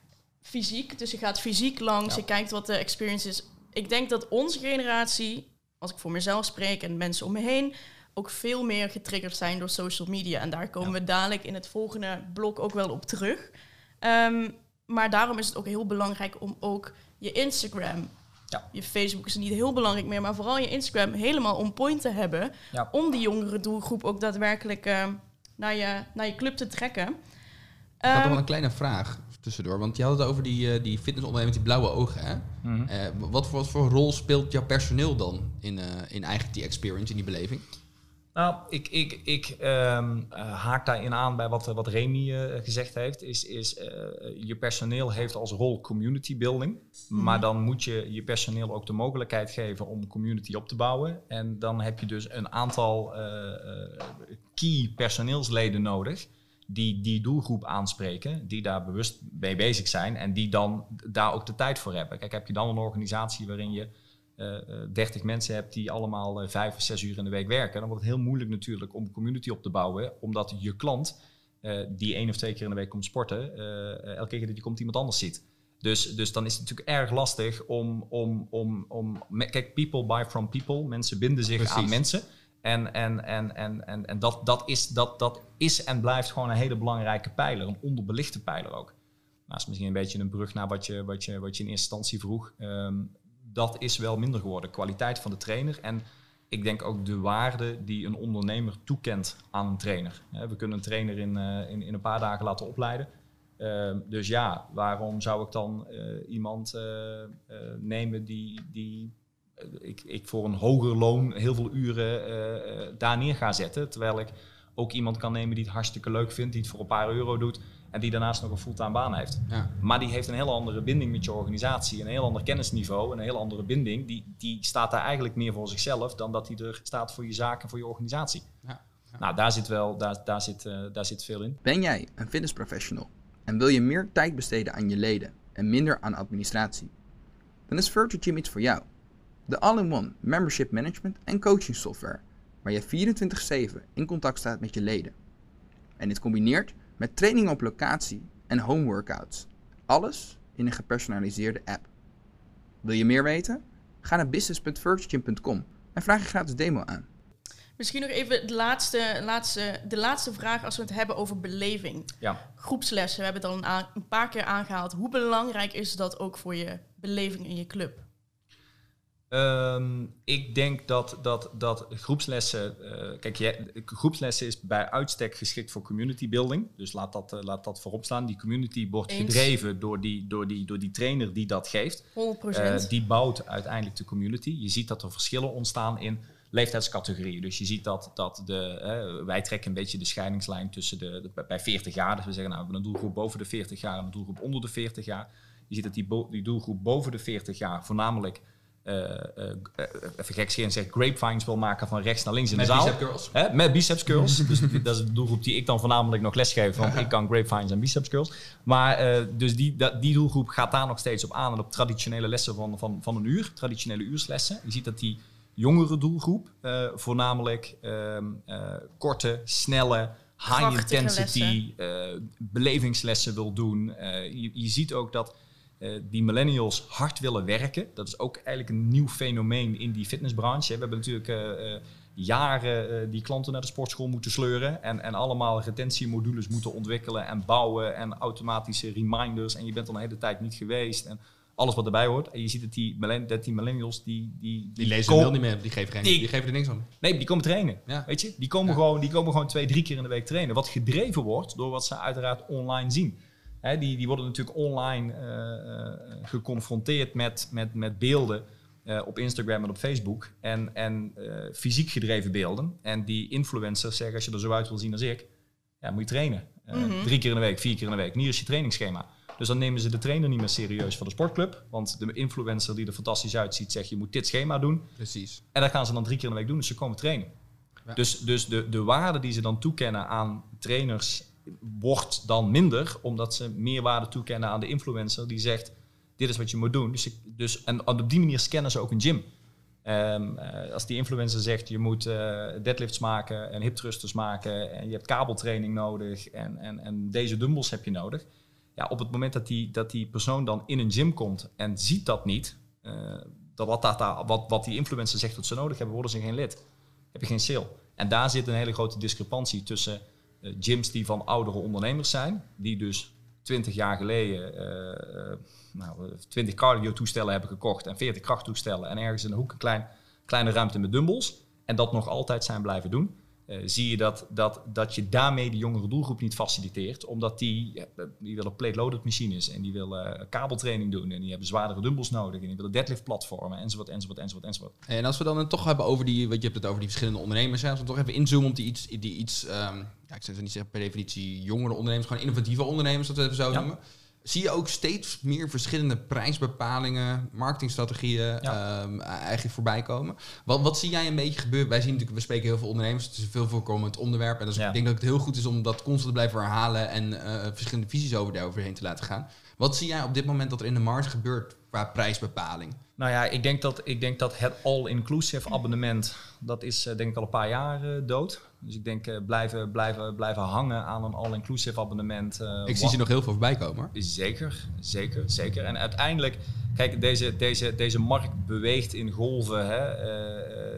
fysiek. Dus je gaat fysiek langs, Ja. je kijkt wat de experience is. Ik denk dat onze generatie, als ik voor mezelf spreek en mensen om me heen, ook veel meer getriggerd zijn door social media. En daar komen Ja. we dadelijk in het volgende blok ook wel op terug. Um, maar daarom is het ook heel belangrijk om ook je Instagram... Ja. Je Facebook is niet heel belangrijk meer, maar vooral je Instagram helemaal on point te hebben. Ja. Om die jongere doelgroep ook daadwerkelijk uh, naar, je, naar je club te trekken. Ik had nog Um, wel een kleine vraag tussendoor. Want je had het over die, uh, die fitnessondernemer met die blauwe ogen. Hè? Mm-hmm. Uh, wat, voor, wat voor rol speelt jouw personeel dan in, uh, in eigenlijk die experience, in die beleving? Nou, ik, ik, ik um, uh, haak daarin aan bij wat, wat Remy uh, gezegd heeft. Is, is uh, je personeel heeft als rol community building. Mm-hmm. Maar dan moet je je personeel ook de mogelijkheid geven om community op te bouwen. En dan heb je dus een aantal uh, uh, key personeelsleden nodig die die doelgroep aanspreken, die daar bewust mee bezig zijn en die dan daar ook de tijd voor hebben. Kijk, heb je dan een organisatie waarin je Uh, dertig mensen hebt die allemaal uh, vijf of zes uur in de week werken, dan wordt het heel moeilijk natuurlijk om community op te bouwen, omdat je klant uh, die één of twee keer in de week komt sporten, uh, elke keer dat die komt iemand anders ziet. Dus, dus dan is het natuurlijk erg lastig om, om, om, om... Kijk, people buy from people. Mensen binden zich Precies. aan mensen. En, en, en, en, en, en dat, dat, is, dat, dat is en blijft gewoon een hele belangrijke pijler. Een onderbelichte pijler ook. Nou, is misschien een beetje een brug naar wat je, wat je, wat je in eerste instantie vroeg. Um, dat is wel minder geworden. Kwaliteit van de trainer. En ik denk ook de waarde die een ondernemer toekent aan een trainer. We kunnen een trainer in, uh, in, in een paar dagen laten opleiden. Uh, dus ja, waarom zou ik dan uh, iemand uh, uh, nemen die, die uh, ik, ik voor een hoger loon heel veel uren uh, uh, daar neer ga zetten. Terwijl ik ook iemand kan nemen die het hartstikke leuk vindt, die het voor een paar euro doet en die daarnaast nog een fulltime baan heeft. Ja. Maar die heeft een heel andere binding met je organisatie, een heel ander kennisniveau, een heel andere binding. Die, die staat daar eigenlijk meer voor zichzelf dan dat hij er staat voor je zaak en voor je organisatie. Ja. Ja. Nou, daar zit wel, daar, daar, zit, uh, daar zit veel in. Ben jij een fitnessprofessional en wil je meer tijd besteden aan je leden en minder aan administratie? Dan is Virtual Gym iets voor jou. De all-in-one membership management en coaching software, waar je vierentwintig zeven in contact staat met je leden. En dit combineert met trainingen op locatie en home workouts. Alles in een gepersonaliseerde app. Wil je meer weten? Ga naar business punt virtual gym punt com en vraag je gratis demo aan. Misschien nog even de laatste, laatste, de laatste vraag als we het hebben over beleving. Ja. Groepslessen, we hebben het al een, a- een paar keer aangehaald. Hoe belangrijk is dat ook voor je beleving in je club? Um, ik denk dat, dat, dat groepslessen... Uh, kijk, je, groepslessen is bij uitstek geschikt voor community building. Dus laat dat, uh, laat dat voorop staan. Die community wordt Eens. gedreven door die, door, die, door die trainer die dat geeft. honderd procent. Uh, die bouwt uiteindelijk de community. Je ziet dat er verschillen ontstaan in leeftijdscategorieën. Dus je ziet dat, dat de... Uh, wij trekken een beetje de scheidingslijn tussen de, de... Bij veertig jaar. Dus we zeggen, nou, we hebben een doelgroep boven de veertig jaar en een doelgroep onder de veertig jaar. Je ziet dat die, bo- die doelgroep boven de veertig jaar voornamelijk... Uh, uh, uh, even gekscherend zeg, grapevines wil maken van rechts naar links in met de zaal. Bicep curls. Hè? Met biceps curls. Dus dat is de doelgroep die ik dan voornamelijk nog lesgeef. Want ik kan grapevines en biceps curls. Maar uh, dus die, dat, die doelgroep gaat daar nog steeds op aan. En op traditionele lessen van, van, van een uur. Traditionele uurslessen. Je ziet dat die jongere doelgroep uh, voornamelijk uh, uh, korte, snelle, high Krachtige intensity uh, belevingslessen wil doen. Uh, je, je ziet ook dat Uh, die millennials hard willen werken. Dat is ook eigenlijk een nieuw fenomeen in die fitnessbranche. We hebben natuurlijk uh, uh, jaren uh, die klanten naar de sportschool moeten sleuren. En, en allemaal retentiemodules moeten ontwikkelen en bouwen. En automatische reminders. En je bent al een hele tijd niet geweest. En alles wat erbij hoort. En je ziet dat die, millenn- dat die millennials... Die, die, die, Die lezen kom- de mail niet meer, die geven, geen, Die- die geven er niks aan. Nee, die komen trainen. Ja. Weet je? Die komen, Ja. gewoon, die komen gewoon twee, drie keer in de week trainen. Wat gedreven wordt door wat ze uiteraard online zien. He, die, die worden natuurlijk online uh, uh, geconfronteerd met, met, met beelden uh, op Instagram en op Facebook. En, en uh, fysiek gedreven beelden. En die influencers zeggen, als je er zo uit wil zien als ik, ja, moet je trainen. Uh, Mm-hmm. Drie keer in de week, vier keer in de week. Hier is je trainingsschema. Dus dan nemen ze de trainer niet meer serieus voor de sportclub. Want de influencer die er fantastisch uitziet, zegt je moet dit schema doen. Precies. En dat gaan ze dan drie keer in de week doen, dus ze komen trainen. Ja. Dus, dus de, de waarde die ze dan toekennen aan trainers wordt dan minder, omdat ze meer waarde toekennen aan de influencer die zegt, dit is wat je moet doen. Dus, ik, dus, en op die manier scannen ze ook een gym. Um, uh, als die influencer zegt, je moet uh, deadlifts maken en hip thrusters maken en je hebt kabeltraining nodig en, en, en deze dumbbells heb je nodig. Ja, op het moment dat die, dat die persoon dan in een gym komt en ziet dat niet, uh, dat wat, dat, wat, wat die influencer zegt dat ze nodig hebben, worden ze geen lid. Heb je geen sale. En daar zit een hele grote discrepantie tussen uh, gyms die van oudere ondernemers zijn, die dus twintig jaar geleden uh, uh, nou, twintig cardio toestellen hebben gekocht en veertig krachttoestellen en ergens in de hoek een klein, kleine ruimte met dumbbells en dat nog altijd zijn blijven doen. Uh, zie je dat, dat, dat je daarmee de jongere doelgroep niet faciliteert, omdat die, ja, die willen plate-loaded machines en die willen kabeltraining doen en die hebben zwaardere dumbbells nodig en die willen deadlift platformen enzovoort, enzovoort, enzovoort, enzovoort. En als we dan het toch hebben over die, wat je hebt het over die verschillende ondernemers, hè, als we toch even inzoomen op die iets, die iets um, ja, ik zou niet zeggen per definitie jongere ondernemers, gewoon innovatieve ondernemers, dat we het even zo Ja. noemen. Zie je ook steeds meer verschillende prijsbepalingen, marketingstrategieën Ja. um, eigenlijk voorbij komen. Wat, wat zie jij een beetje gebeuren? Wij zien natuurlijk, we spreken heel veel ondernemers, het is een veel voorkomend onderwerp. En dus Ja. ik denk dat het heel goed is om dat constant te blijven herhalen en uh, verschillende visies over daaroverheen te laten gaan. Wat zie jij op dit moment dat er in de markt gebeurt qua prijsbepaling? Nou ja, ik denk dat, ik denk dat het all-inclusive abonnement, dat is uh, denk ik al een paar jaar uh, dood. Dus ik denk uh, blijven, blijven, blijven hangen aan een all-inclusive abonnement. Uh, Ik zie ze nog heel veel voorbij komen. Hoor. Zeker, zeker, zeker. En uiteindelijk, kijk, deze, deze, deze markt beweegt in golven. Hè. Uh, uh,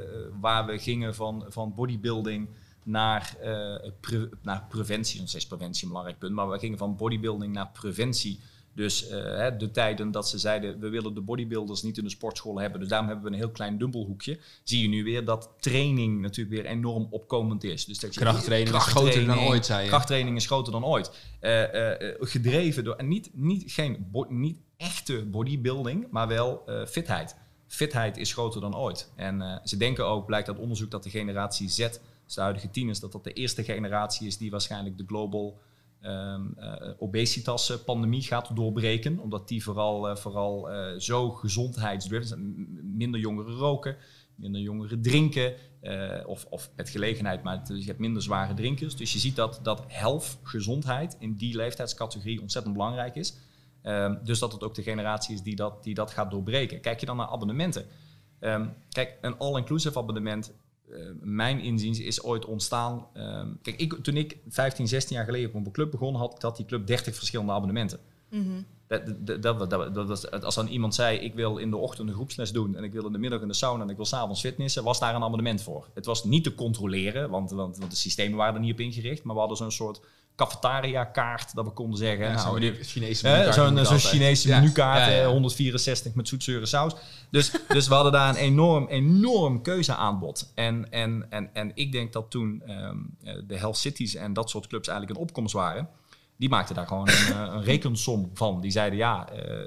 waar we gingen van, van bodybuilding naar, uh, pre, naar preventie. Nog steeds preventie een belangrijk punt, maar we gingen van bodybuilding naar preventie. Dus uh, de tijden dat ze zeiden, we willen de bodybuilders niet in de sportschool hebben, dus daarom hebben we een heel klein dubbelhoekje. Zie je nu weer dat training natuurlijk weer enorm opkomend is. Dus dat je krachttraining, krachttraining is groter dan ooit, zei je. Krachttraining is groter dan ooit. Uh, uh, gedreven door, en niet, niet, geen, bo, niet echte bodybuilding, maar wel uh, fitheid. Fitheid is groter dan ooit. En uh, ze denken ook, blijkt uit onderzoek, dat de generatie Z, dus de huidige tieners, dat dat de eerste generatie is die waarschijnlijk de global Um, uh, obesitas-pandemie gaat doorbreken. Omdat die vooral, uh, vooral uh, zo gezondheidsdriven zijn. Minder jongeren roken, minder jongeren drinken. Uh, of, of met gelegenheid, maar je hebt minder zware drinkers. Dus je ziet dat, dat health, gezondheid, in die leeftijdscategorie ontzettend belangrijk is. Um, dus dat het ook de generatie is die dat, die dat gaat doorbreken. Kijk je dan naar abonnementen. Um, kijk, een all-inclusive abonnement, Uh, mijn inziens is ooit ontstaan. Um, kijk, ik, toen ik vijftien, zestien jaar geleden op een club begon, had, had die club dertig verschillende abonnementen. Mm-hmm. dat, dat, dat, dat, dat, dat, als dan iemand zei, ik wil in de ochtend een groepsles doen en ik wil in de middag in de sauna en ik wil 's avonds fitnessen, was daar een abonnement voor. Het was niet te controleren, want, want, want de systemen waren er niet op ingericht, maar we hadden zo'n soort cafetaria-kaart dat we konden zeggen. Ja, nou, zo'n Chinese menukaart. Zo'n zo Chinese ja. menukaart, ja, ja. honderdvierenzestig met zoetzeuren saus. Dus, dus we hadden daar een enorm, enorm keuzeaanbod. En, en, en, en ik denk dat toen um, de Health Cities en dat soort clubs eigenlijk een opkomst waren. Die maakten daar gewoon een, een rekensom van. Die zeiden ja, uh,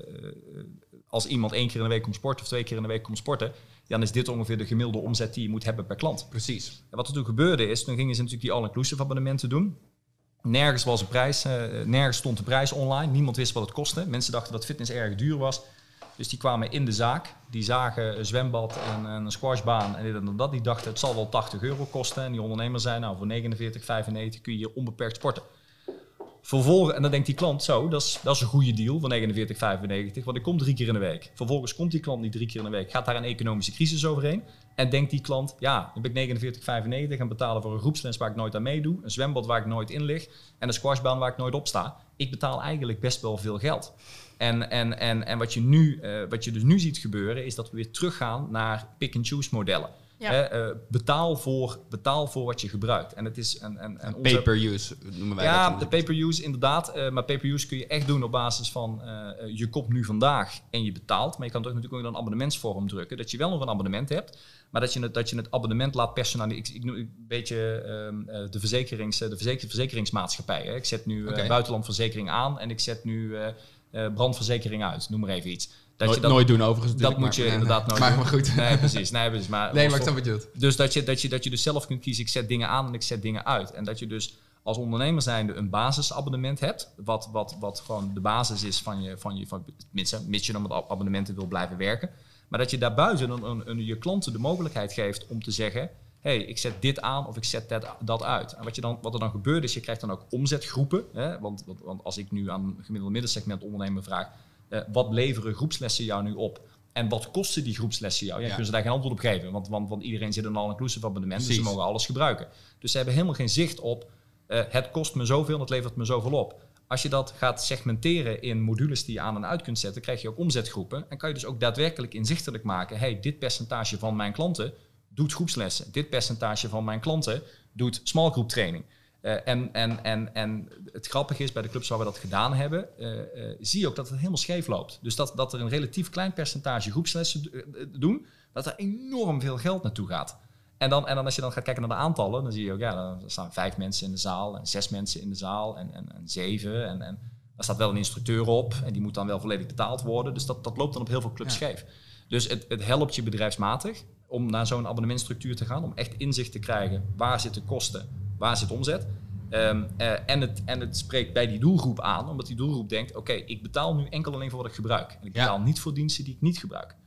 als iemand één keer in de week komt sporten of twee keer in de week komt sporten, dan is dit ongeveer de gemiddelde omzet die je moet hebben per klant. Precies. En wat er toen gebeurde is, toen gingen ze natuurlijk die all-inclusive abonnementen doen. Nergens was een prijs, uh, nergens stond de prijs online. Niemand wist wat het kostte. Mensen dachten dat fitness erg duur was. Dus die kwamen in de zaak. Die zagen een zwembad en een squashbaan en dit en dat. Die dachten het zal wel tachtig euro kosten. En die ondernemer zei nou voor negenenveertig, vijfennegentig kun je hier onbeperkt sporten. Vervolgens, en dan denkt die klant zo, dat is, dat is een goede deal van negenenveertig, vijfennegentig. Want ik kom drie keer in de week. Vervolgens komt die klant niet drie keer in de week. Gaat daar een economische crisis overheen. En denkt die klant, ja, dan ben ik negenenveertig, vijfennegentig en betalen voor een groepsles waar ik nooit aan meedoe. Een zwembad waar ik nooit in lig. En een squashbaan waar ik nooit op sta. Ik betaal eigenlijk best wel veel geld. En, en, en, en wat, je nu, uh, wat je dus nu ziet gebeuren, is dat we weer teruggaan naar pick-and-choose modellen. Ja. He, uh, betaal, voor, betaal voor wat je gebruikt. En het is een, een, een onze... pay-per-use noemen wij ja, dat. Ja, de pay-per-use inderdaad. Uh, maar pay-per-use kun je echt doen op basis van uh, je komt nu vandaag en je betaalt. Maar je kan toch natuurlijk ook een abonnementsvorm drukken. Dat je wel nog een abonnement hebt. Maar dat je het, dat je het abonnement laat personaliseren. Ik, ik noem een beetje uh, de, verzekerings, de verzeker, verzekeringsmaatschappij. Hè. Ik zet nu uh, okay. buitenlandverzekering aan en ik zet nu uh, uh, brandverzekering uit. Noem maar even iets. Dat nooit, je dat, nooit doen overigens. Dat moet je maar, inderdaad nee, nooit maar, doen. Maar goed. Nee, precies. Nee, precies maar, nee, maar ik snap wat je doet. Dus dat je, dat, je, dat je dus zelf kunt kiezen, ik zet dingen aan en ik zet dingen uit. En dat je dus als ondernemer zijnde een basisabonnement hebt. Wat, wat, wat gewoon de basis is van je, van je van, mits, mits je dan met abonnementen wil blijven werken. Maar dat je daarbuiten een, een, een, je klanten de mogelijkheid geeft om te zeggen, hé, hey, ik zet dit aan of ik zet dat, dat uit. En wat, je dan, wat er dan gebeurt is, je krijgt dan ook omzetgroepen. Hè? Want, want, want als ik nu aan een gemiddelde middensegment ondernemer vraag, Uh, wat leveren groepslessen jou nu op? En wat kosten die groepslessen jou? Ja, ja. Kunnen ze daar geen antwoord op geven. Want, want, want iedereen zit in een all-inclusive abonnement. Precies. Dus ze mogen alles gebruiken. Dus ze hebben helemaal geen zicht op, uh, het kost me zoveel en het levert me zoveel op. Als je dat gaat segmenteren in modules die je aan en uit kunt zetten, krijg je ook omzetgroepen. En kan je dus ook daadwerkelijk inzichtelijk maken, hey, dit percentage van mijn klanten doet groepslessen. Dit percentage van mijn klanten doet small group training. Uh, en, en, en, en het grappige is, bij de clubs waar we dat gedaan hebben, uh, uh, zie je ook dat het helemaal scheef loopt. Dus dat, dat er een relatief klein percentage groepslessen d- d- doen, dat er enorm veel geld naartoe gaat. En dan, en dan als je dan gaat kijken naar de aantallen, dan zie je ook, ja, dan staan vijf mensen in de zaal en zes mensen in de zaal en, en, en zeven. En, en daar staat wel een instructeur op en die moet dan wel volledig betaald worden. Dus dat, dat loopt dan op heel veel clubs ja. scheef. Dus het, het helpt je bedrijfsmatig om naar zo'n abonnementstructuur te gaan, om echt inzicht te krijgen, waar zitten kosten, waar zit omzet. Um, uh, en, het, en het spreekt bij die doelgroep aan, omdat die doelgroep denkt, oké, okay, ik betaal nu enkel alleen voor wat ik gebruik. En ik betaal ja. niet voor diensten die ik niet gebruik.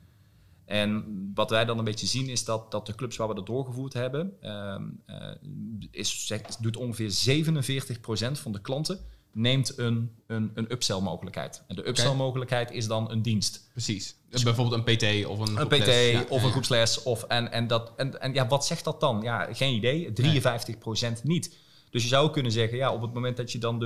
En wat wij dan een beetje zien is dat, dat de clubs waar we dat doorgevoerd hebben, um, uh, is, doet ongeveer zevenenveertig procent van de klanten neemt een, een, een upsell mogelijkheid. En de upsell mogelijkheid is dan een dienst. Precies. Dus bijvoorbeeld een P T of een Een P T ja, of ja, een groepsles. Of, en, en, dat, en, en ja, wat zegt dat dan? Ja, geen idee. drieënvijftig procent niet. Dus je zou kunnen zeggen, ja, op het moment dat je dan dus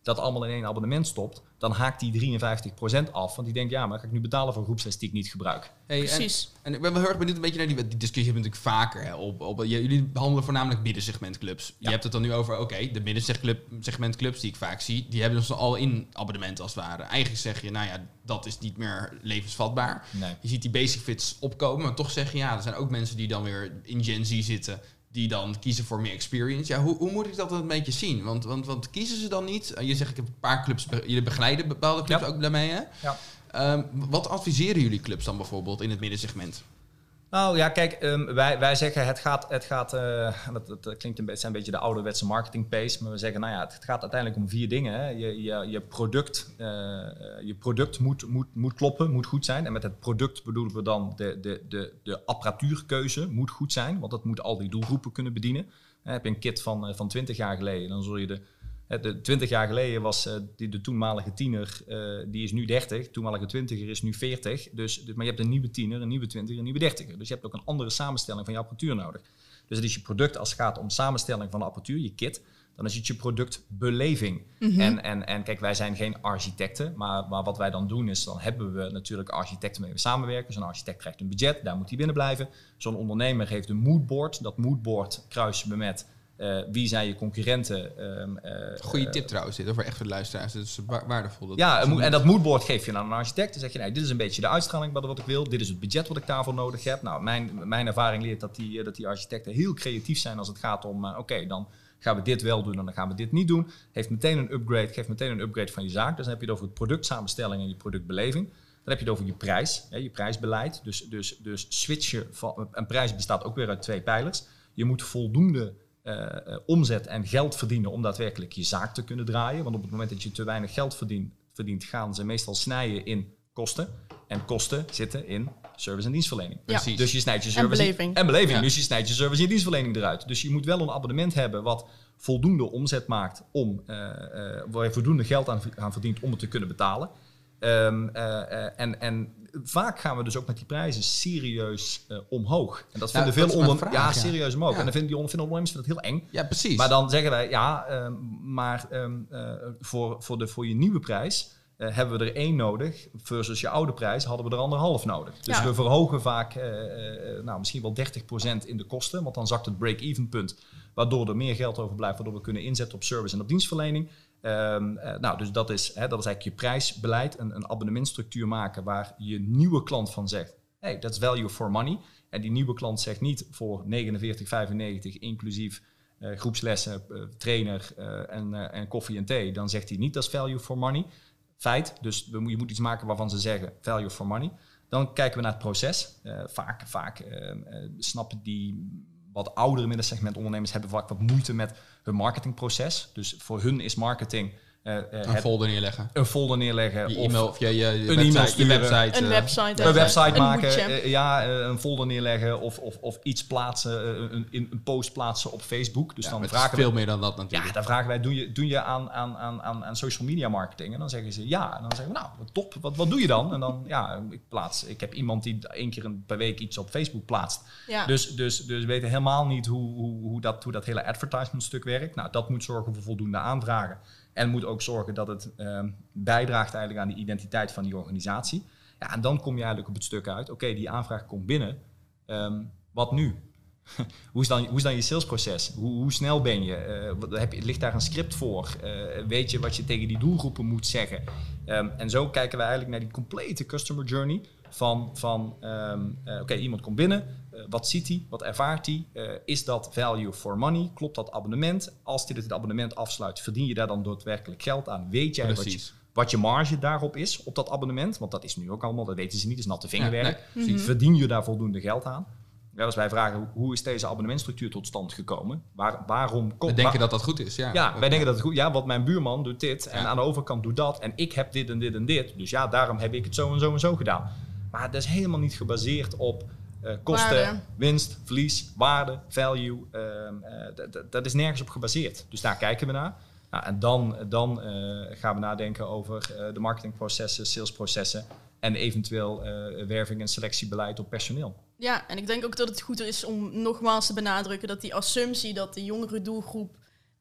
dat allemaal in één abonnement stopt, dan haakt die drieënvijftig procent af. Want die denkt, ja, maar dan ga ik nu betalen voor groepsles die ik niet gebruik. Hey, Precies. En, en ik ben wel heel erg benieuwd een beetje naar die, die discussie hebben we natuurlijk vaker. Hè, op, op, jullie behandelen voornamelijk middensegmentclubs. Ja. Je hebt het dan nu over, oké, okay, de middensegmentclubs die ik vaak zie, die hebben dus een all-in abonnement als het ware. Eigenlijk zeg je, nou ja, dat is niet meer levensvatbaar. Nee. Je ziet die basic fits opkomen, maar toch zeg je, ja, er zijn ook mensen die dan weer in Gen Z zitten, die dan kiezen voor meer experience. Ja, hoe, hoe moet ik dat een beetje zien? Want, want, want kiezen ze dan niet? Je zegt, ik heb een paar clubs, jullie begeleiden bepaalde clubs ja. ook daarmee, hè? Ja. Um, wat adviseren jullie clubs dan bijvoorbeeld in het middensegment? Nou ja, kijk, um, wij, wij zeggen het gaat, het gaat uh, dat, dat klinkt een beetje, een beetje de ouderwetse marketing pace, maar we zeggen, nou ja, het gaat uiteindelijk om vier dingen. Hè. Je, je, je product, uh, je product moet, moet, moet kloppen, moet goed zijn. En met het product bedoelen we dan de, de, de, de apparatuurkeuze moet goed zijn, want dat moet al die doelgroepen kunnen bedienen. Uh, heb je een kit van, van twintig jaar geleden, dan zul je de... De twintig jaar geleden was uh, die, de toenmalige tiener, uh, die is nu dertig. Toenmalige twintiger is nu veertig. Dus, dus, maar je hebt een nieuwe tiener, een nieuwe twintiger, een nieuwe dertiger. Dus je hebt ook een andere samenstelling van je apparatuur nodig. Dus het is je product als het gaat om samenstelling van de apparatuur, je kit. Dan is het je productbeleving. Mm-hmm. En, en, en kijk, wij zijn geen architecten. Maar, maar wat wij dan doen is, dan hebben we natuurlijk architecten mee samenwerken. Zo'n architect krijgt een budget, daar moet hij binnen blijven. Zo'n ondernemer heeft een moodboard. Dat moodboard kruisen we met... Uh, wie zijn je concurrenten? Um, uh, Goeie tip trouwens, dit over echt voor de luisteraars. Dat is wa- waardevol. Dat ja, en dat moodboard geef je aan een architect. Dan zeg je, nee, dit is een beetje de uitstraling wat ik wil. Dit is het budget wat ik daarvoor nodig heb. Nou, mijn, mijn ervaring leert dat die, dat die architecten heel creatief zijn als het gaat om... Uh, Oké, okay, dan gaan we dit wel doen en dan gaan we dit niet doen. Heeft meteen een upgrade, geeft meteen een upgrade van je zaak. Dus dan heb je het over het productsamenstelling en je productbeleving. Dan heb je het over je prijs, hè, je prijsbeleid. Dus, dus, dus switchen van... Een prijs bestaat ook weer uit twee pijlers. Je moet voldoende... Uh, uh, omzet en geld verdienen om daadwerkelijk je zaak te kunnen draaien. Want op het moment dat je te weinig geld verdient, verdient gaan ze meestal snijden in kosten. En kosten zitten in service en dienstverlening. Ja. Precies. Dus je snijdt je service en beleving. En beleving. Ja. Dus je snijdt je service en dienstverlening eruit. Dus je moet wel een abonnement hebben wat voldoende omzet maakt om uh, uh, waar je voldoende geld aan, aan verdient om het te kunnen betalen. Um, uh, uh, en, en vaak gaan we dus ook met die prijzen serieus uh, omhoog. En dat vinden ja, veel dat ondernemers... Ja, ja, serieus omhoog. Ja. En dan vinden die onder, vinden ondernemers vinden het heel eng. Ja, precies. Maar dan zeggen wij, ja, um, maar um, uh, voor, voor, de, voor je nieuwe prijs... Uh, hebben we er één nodig. Versus je oude prijs hadden we er anderhalf nodig. Dus ja. we verhogen vaak uh, uh, nou, misschien wel dertig procent in de kosten. Want dan zakt het break-even punt. Waardoor er meer geld overblijft. Waardoor we kunnen inzetten op service en op dienstverlening. Um, uh, nou, dus dat is, hè, dat is eigenlijk je prijsbeleid. Een, een abonnementstructuur maken waar je nieuwe klant van zegt... Hey, that's value for money. En die nieuwe klant zegt niet voor negenenveertig vijfennegentig inclusief... Uh, groepslessen, uh, trainer uh, en, uh, en koffie en thee. Dan zegt hij niet dat is value for money. Feit, dus we, je moet iets maken waarvan ze zeggen value for money. Dan kijken we naar het proces. Uh, vaak vaak uh, uh, snappen die wat oudere middensegment ondernemers hebben vaak wat moeite met hun marketingproces. Dus voor hun is marketing... Uh, uh, een folder neerleggen. Een folder neerleggen. Je of e-mail of je, je, je een website, e-mail je sturen. website. Een uh, website. Een website een maken, moedje. uh, ja, uh, een folder neerleggen of, of, of iets plaatsen, uh, een, een post plaatsen op Facebook. Dus ja, dan het vragen is veel we, meer dan dat natuurlijk. Ja, dan vragen wij, doe je, doe je aan, aan, aan, aan social media marketing? En dan zeggen ze ja. En dan zeggen we, nou, top, wat, wat doe je dan? En dan, ja, ik plaats, ik heb iemand die één keer per week iets op Facebook plaatst. Ja. Dus, dus, dus we weten helemaal niet hoe, hoe, hoe, dat, hoe dat hele advertisement stuk werkt. Nou, dat moet zorgen voor voldoende aanvragen. En moet ook zorgen dat het um, bijdraagt eigenlijk aan de identiteit van die organisatie. Ja, en dan kom je eigenlijk op het stuk uit. Oké, okay, die aanvraag komt binnen. Um, wat nu? hoe, is dan, hoe is dan je salesproces? Hoe, hoe snel ben je? Uh, heb je? Ligt daar een script voor? Uh, weet je wat je tegen die doelgroepen moet zeggen? Um, en zo kijken we eigenlijk naar die complete customer journey. Van, van um, uh, oké, okay, iemand komt binnen. Uh, wat ziet hij? Wat ervaart hij? Uh, is dat value for money? Klopt dat abonnement? Als hij het abonnement afsluit, verdien je daar dan daadwerkelijk geld aan? Weet jij wat je, wat je marge daarop is, op dat abonnement? Want dat is nu ook allemaal, dat weten ze niet, dat is natte vingerwerk. Ja, nee, mm-hmm. Verdien je daar voldoende geld aan? Ja, als wij vragen, hoe is deze abonnementstructuur tot stand gekomen? Waar, waarom komt... We denken waar, dat dat goed is, ja. Ja, wij denken dat het goed is. Ja, want mijn buurman doet dit en ja. aan de overkant doet dat. En ik heb dit en dit en dit. Dus ja, daarom heb ik het zo en zo en zo gedaan. Maar dat is helemaal niet gebaseerd op uh, kosten, waarde. winst, verlies, waarde, value. Uh, uh, d- d- dat is nergens op gebaseerd. Dus daar kijken we naar. Nou, en dan, dan uh, gaan we nadenken over uh, de marketingprocessen, salesprocessen en eventueel uh, werving- en selectiebeleid op personeel. Ja, en ik denk ook dat het goed is om nogmaals te benadrukken dat die assumptie dat de jongere doelgroep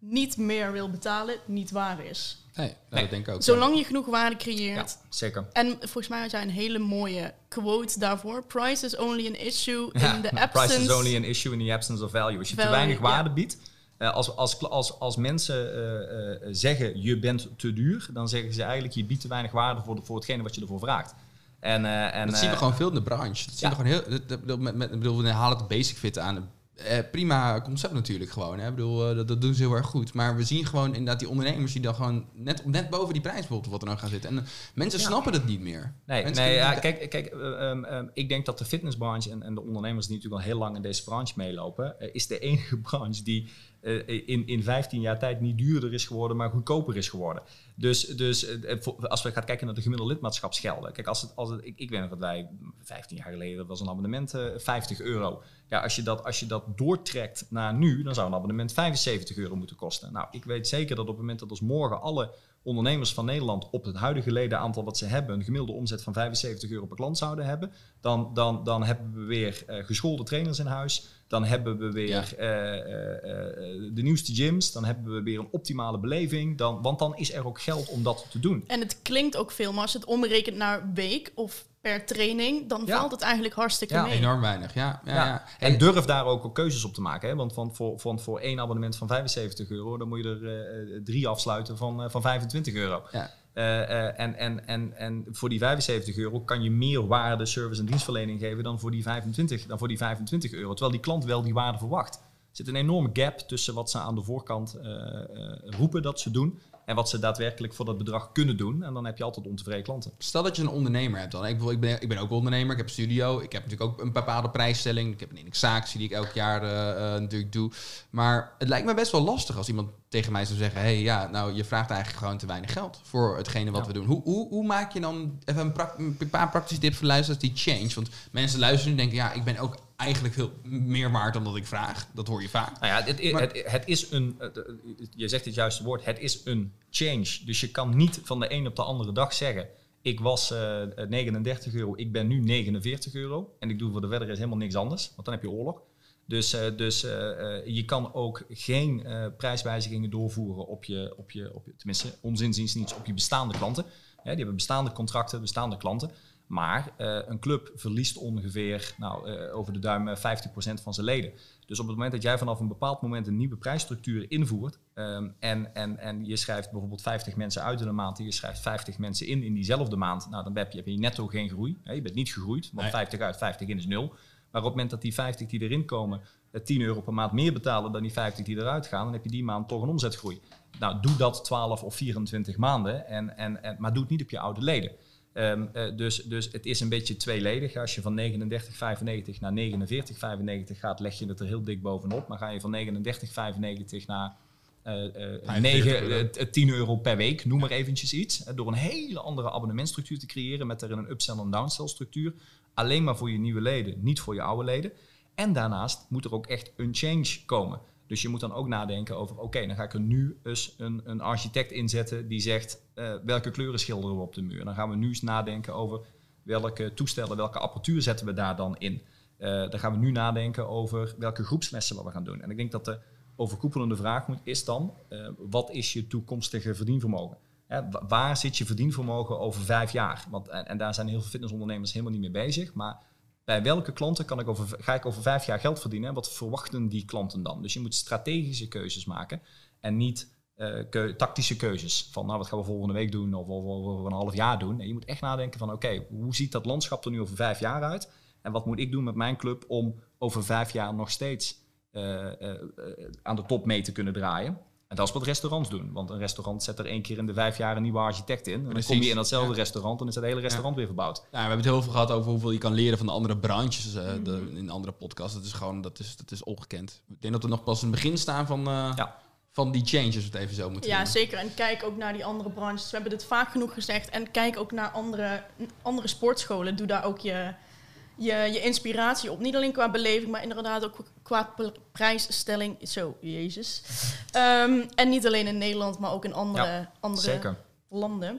niet meer wil betalen, niet waar is. Nee, nou, Nee. dat denk ik ook. Zolang je genoeg waarde creëert. Ja, zeker. En volgens mij had jij een hele mooie quote daarvoor. Price is only an issue Ja, in the price absence... is only an issue in the absence of value. Als je Value, te weinig ja. waarde biedt, uh, als, als, als, als mensen uh, uh, zeggen je bent te duur, dan zeggen ze eigenlijk je biedt te weinig waarde voor, de, voor hetgene wat je ervoor vraagt. En, uh, en, Dat zien we uh, gewoon veel in de branche. Dat zien ja. we gewoon heel. Dat, dat, bedoel, met, met, bedoel, we halen het basic fit aan. Eh, prima concept natuurlijk gewoon. Hè. Ik bedoel, uh, dat, dat doen ze heel erg goed. Maar we zien gewoon inderdaad die ondernemers die dan gewoon net, net boven die prijs bijvoorbeeld wat er dan gaan zitten. En uh, mensen Ja. snappen het niet meer. Nee, Mensen nee kunnen ja, niet- kijk, kijk uh, um, um, ik denk dat de fitnessbranche en, en de ondernemers die natuurlijk al heel lang in deze branche meelopen, uh, is de enige branche die uh, in, in vijftien jaar tijd niet duurder is geworden, maar goedkoper is geworden. Dus, dus uh, voor, als we gaan kijken naar de gemiddelde lidmaatschapsgelden. Kijk, als het, als het, ik, ik weet nog dat wij vijftien jaar geleden, dat was een abonnement uh, vijftig euro. Ja, als je, dat, als je dat doortrekt naar nu, dan zou een abonnement vijfenzeventig euro moeten kosten. Nou, ik weet zeker dat op het moment dat als morgen alle ondernemers van Nederland op het huidige ledenaantal wat ze hebben, een gemiddelde omzet van vijfenzeventig euro per klant zouden hebben, dan, dan, dan hebben we weer uh, geschoolde trainers in huis. Dan hebben we weer Ja. uh, uh, uh, de nieuwste gyms. Dan hebben we weer een optimale beleving. Dan, want dan is er ook geld om dat te doen. En het klinkt ook veel, maar als je het omrekent naar week of per training, dan Ja. valt het eigenlijk hartstikke Ja, mee. Enorm weinig, ja. ja, Ja. ja. En durf daar ook, ook keuzes op te maken. Hè? Want van, voor, van, voor één abonnement van vijfenzeventig euro, dan moet je er uh, drie afsluiten van, uh, van vijfentwintig euro. Ja. Uh, uh, en, en, en, en voor die vijfenzeventig euro kan je meer waarde, service en dienstverlening geven dan voor die vijfentwintig, dan voor die vijfentwintig euro. Terwijl die klant wel die waarde verwacht. Er zit een enorme gap tussen wat ze aan de voorkant uh, uh, roepen dat ze doen en wat ze daadwerkelijk voor dat bedrag kunnen doen. En dan heb je altijd ontevreden klanten. Stel dat je een ondernemer hebt dan. Ik, bedoel, ik, ben, ik ben ook ondernemer, ik heb een studio. Ik heb natuurlijk ook een bepaalde prijsstelling. Ik heb een indexatie die ik elk jaar uh, uh, natuurlijk doe. Maar het lijkt me best wel lastig als iemand tegen mij zou zeggen, hé, hey, ja, nou, je vraagt eigenlijk gewoon te weinig geld voor hetgene wat Ja. we doen. Hoe, hoe, hoe maak je dan, even een, pra- een paar praktische tips voor luisteraars, die change? Want mensen luisteren en denken, ja, ik ben ook eigenlijk veel meer waard dan dat ik vraag. Dat hoor je vaak. Nou ja, het, Maar- het, het is een, het- je zegt het juiste woord, het is een change. Dus je kan niet van de een op de andere dag zeggen, ik was uh, negenendertig euro, ik ben nu negenenveertig euro. En ik doe voor de verder is helemaal niks anders, want dan heb je oorlog. Dus, uh, dus uh, uh, je kan ook geen uh, prijswijzigingen doorvoeren op je, op je, op je, tenminste, ons inziens niet op je bestaande klanten. Ja, die hebben bestaande contracten, bestaande klanten. Maar uh, een club verliest ongeveer nou, uh, over de duim vijftig procent van zijn leden. Dus op het moment dat jij vanaf een bepaald moment een nieuwe prijsstructuur invoert um, en, en, en je schrijft bijvoorbeeld vijftig mensen uit in een maand en je schrijft vijftig mensen in in diezelfde maand, nou, dan heb je, heb je netto geen groei. Hè, je bent niet gegroeid, want Nee. vijftig uit, vijftig in is nul. Maar op het moment dat die vijftig die erin komen tien euro per maand meer betalen dan die vijftig die eruit gaan, dan heb je die maand toch een omzetgroei. Nou, doe dat twaalf of vierentwintig maanden, en, en, en, maar doe het niet op je oude leden. Um, uh, dus, dus het is een beetje tweeledig. Als je van negenendertig vijfennegentig naar negenenveertig vijfennegentig gaat, leg je het er heel dik bovenop. Maar ga je van negenendertig vijfennegentig naar uh, uh, negen, uh, tien euro per week, noem maar eventjes iets. Uh, door een hele andere abonnementstructuur te creëren met erin een upsell- en downsell structuur. Alleen maar voor je nieuwe leden, niet voor je oude leden. En daarnaast moet er ook echt een change komen. Dus je moet dan ook nadenken over, oké, okay, dan ga ik er nu eens een, een architect inzetten die zegt, uh, welke kleuren schilderen we op de muur? Dan gaan we nu eens nadenken over welke toestellen, welke apparatuur zetten we daar dan in? Uh, dan gaan we nu nadenken over welke groepslessen we gaan doen. En ik denk dat de overkoepelende vraag moet, is dan, uh, wat is je toekomstige verdienvermogen? Hè, waar zit je verdienvermogen over vijf jaar? Want, en, en daar zijn heel veel fitnessondernemers helemaal niet mee bezig, maar bij welke klanten kan ik over, ga ik over vijf jaar geld verdienen? En wat verwachten die klanten dan? Dus je moet strategische keuzes maken en niet uh, keu- tactische keuzes. Van nou, wat gaan we volgende week doen of over een half jaar doen? Nee, je moet echt nadenken van oké, okay, hoe ziet dat landschap er nu over vijf jaar uit? En wat moet ik doen met mijn club om over vijf jaar nog steeds uh, uh, uh, aan de top mee te kunnen draaien? En dat is wat restaurants doen. Want een restaurant zet er één keer in de vijf jaar een nieuwe architect in. En dan Precies, kom je in datzelfde ja. restaurant en is het hele restaurant ja. weer verbouwd. Ja, we hebben het heel veel gehad over hoeveel je kan leren van de andere branches uh, de, in andere podcasts. Dat is gewoon, dat is, dat is ongekend. Ik denk dat we nog pas in het begin staan van, uh, Ja. van die changes, we het even zo moeten Ja, doen. zeker. En kijk ook naar die andere branches. We hebben dit vaak genoeg gezegd. En kijk ook naar andere, andere sportscholen. Doe daar ook je, je, je inspiratie op. Niet alleen qua beleving, maar inderdaad ook qua p- prijsstelling. Zo, jezus. Um, en niet alleen in Nederland, maar ook in andere, Ja, andere Zeker. landen.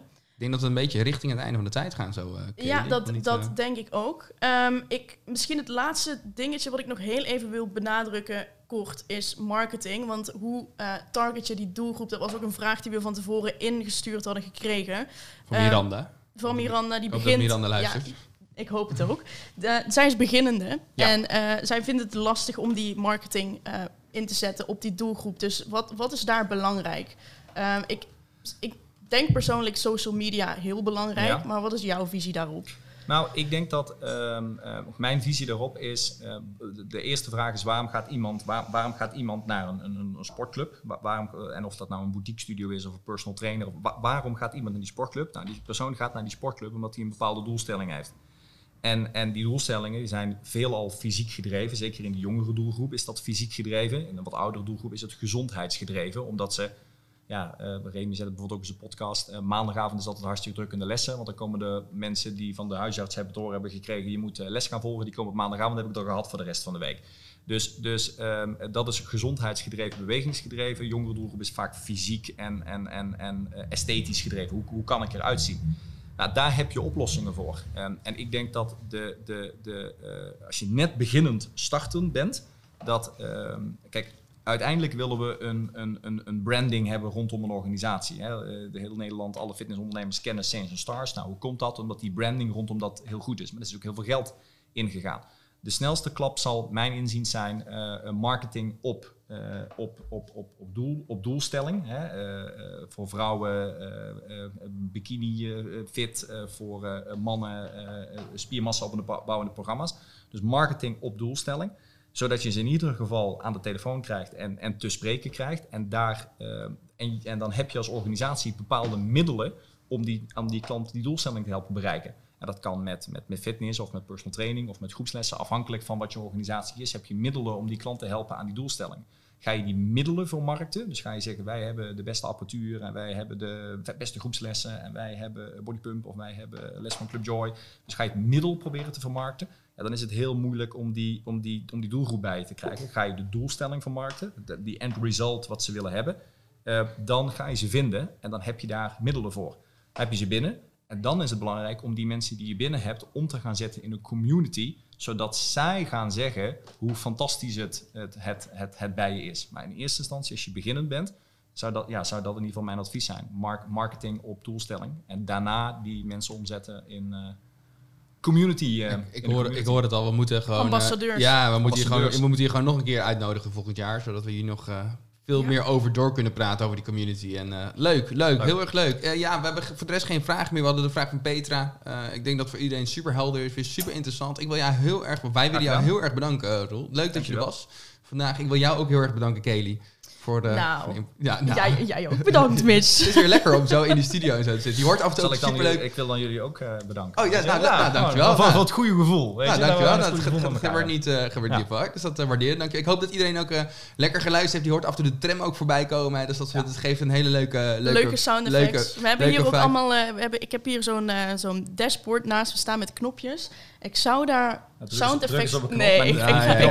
Ik denk dat we een beetje richting het einde van de tijd gaan zo. Uh, Kelly. Ja, dat, Niet, dat uh... denk ik ook. Um, ik, misschien het laatste dingetje wat ik nog heel even wil benadrukken, kort, is marketing. Want hoe uh, target je die doelgroep? Dat was ook een vraag die we van tevoren ingestuurd hadden gekregen. Van Miranda. Uh, van Miranda, die ik hoop begint... dat Miranda luistert. Ja, ik hoop het ook. De, zij is beginnende. Ja. En uh, zij vindt het lastig om die marketing uh, in te zetten op die doelgroep. Dus wat, wat is daar belangrijk? Uh, ik, ik denk persoonlijk social media heel belangrijk. Ja. Maar wat is jouw visie daarop? Nou, ik denk dat um, uh, mijn visie daarop is... Uh, de, de eerste vraag is waarom gaat iemand, waar, waarom gaat iemand naar een, een, een sportclub? Waar, waarom, en of dat nou een boutique studio is of een personal trainer. Of, wa, waarom gaat iemand naar die sportclub? Nou, die persoon gaat naar die sportclub omdat hij een bepaalde doelstelling heeft. En, en die doelstellingen die zijn veelal fysiek gedreven. Zeker in de jongere doelgroep is dat fysiek gedreven. In een wat oudere doelgroep is het gezondheidsgedreven. Omdat ze... Ja, uh, Remy zei het bijvoorbeeld ook in zijn podcast. Uh, maandagavond is altijd hartstikke druk in de lessen. Want dan komen de mensen die van de huisarts hebben door hebben gekregen... je moet uh, les gaan volgen, die komen op maandagavond. heb ik dat gehad voor de rest van de week. Dus, dus um, dat is gezondheidsgedreven, bewegingsgedreven. Jongere doelgroep is vaak fysiek en, en, en, en uh, esthetisch gedreven. Hoe, hoe kan ik eruit zien? Nou, daar heb je oplossingen voor. Um, en ik denk dat de, de, de, uh, als je net beginnend startend bent... dat, um, kijk... Uiteindelijk willen we een, een, een branding hebben rondom een organisatie. Hè. De hele Nederland, alle fitnessondernemers kennen Saints and Stars. Nou, hoe komt dat? Omdat die branding rondom dat heel goed is. Maar er is ook heel veel geld ingegaan. De snelste klap zal mijn inzien zijn uh, marketing op, uh, op, op, op, op, doel, op doelstelling. Hè. Uh, uh, voor vrouwen uh, uh, bikini uh, fit, uh, voor uh, mannen uh, spiermassa op de bouwende programma's. Dus marketing op doelstelling. Zodat je ze in ieder geval aan de telefoon krijgt en, en te spreken krijgt. En, daar, uh, en, en dan heb je als organisatie bepaalde middelen om die, aan die klant die doelstelling te helpen bereiken. En dat kan met, met, met fitness of met personal training of met groepslessen. Afhankelijk van wat je organisatie is, heb je middelen om die klant te helpen aan die doelstelling. Ga je die middelen vermarkten, dus ga je zeggen wij hebben de beste apparatuur en wij hebben de beste groepslessen en wij hebben bodypump of wij hebben les van Club Joy. Dus ga je het middel proberen te vermarkten. Ja, dan is het heel moeilijk om die, om, die, om die doelgroep bij je te krijgen. Ga je de doelstelling vermarkten, de, die end result wat ze willen hebben, uh, dan ga je ze vinden en dan heb je daar middelen voor. Dan heb je ze binnen en dan is het belangrijk om die mensen die je binnen hebt om te gaan zetten in een community, zodat zij gaan zeggen hoe fantastisch het, het, het, het, het bij je is. Maar in eerste instantie, als je beginnend bent, zou dat, ja, zou dat in ieder geval mijn advies zijn. Mark, marketing op doelstelling en daarna die mensen omzetten in... Uh, Community. Uh, ik, ik, hoor, community. ik hoor het al, we moeten gewoon... Ambassadeurs. Uh, ja, we moeten, hier gewoon, we moeten hier gewoon nog een keer uitnodigen volgend jaar, zodat we hier nog uh, veel ja. meer over door kunnen praten over die community. En uh, leuk, leuk, leuk, heel erg leuk. Uh, ja, we hebben voor de rest geen vraag meer. We hadden de vraag van Petra. Uh, ik denk dat voor iedereen super helder is, weer super interessant. Ik wil jou heel erg, wij willen jou heel erg bedanken, uh, Roel. Leuk dat Dank je er was vandaag. Ik wil jou ook heel erg bedanken, Kelly. Voor de, nou, voor de, ja, nou. Jij, jij ook bedankt, Mitch. Het is weer lekker om zo in de studio en zo te zitten. Je hoort af en toe ook superleuk. Jullie, ik wil dan jullie ook uh, bedanken. Oh ja, nou, ja, nou, dankjewel. Voor, voor het goede gevoel. Weet nou, je? dankjewel. Nou, dat nou, gebeurt niet, uh, gebeurt ja. niet vaak. Dus dat uh, waardeer ik. Ik hoop dat iedereen ook uh, lekker geluisterd heeft. Die hoort af en toe de tram ook voorbij komen. Hè. Dus dat, ja. dat geeft een hele leuke... Leuke, leuke sound effects. Leuke, we hebben leuke hier ook vibe. allemaal... Uh, we hebben, ik heb hier zo'n uh, zo'n dashboard naast me staan met knopjes. Ik zou daar sound effects... Nee, ik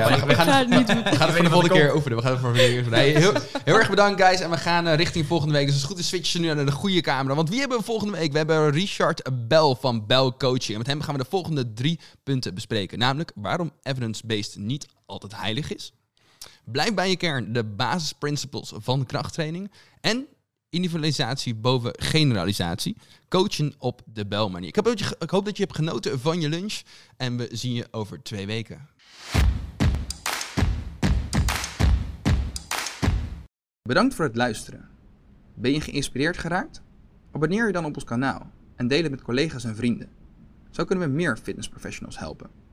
ga het niet doen. We gaan het voor de volgende keer oefenen. We gaan het voor de volgende keer nee, heel, heel erg bedankt, guys. En we gaan uh, richting volgende week. Dus als het goed is, switchen ze nu naar de goede camera. Want wie hebben we volgende week? We hebben Richard Bell van Bell Coaching. En met hem gaan we de volgende drie punten bespreken. Namelijk waarom evidence-based niet altijd heilig is. Blijf bij je kern, de basisprinciples van krachttraining. En individualisatie boven generalisatie. Coachen op de Bell manier. Ik, heb, ik hoop dat je hebt genoten van je lunch. En we zien je over twee weken. Bedankt voor het luisteren. Ben je geïnspireerd geraakt? Abonneer je dan op ons kanaal en deel het met collega's en vrienden. Zo kunnen we meer fitnessprofessionals helpen.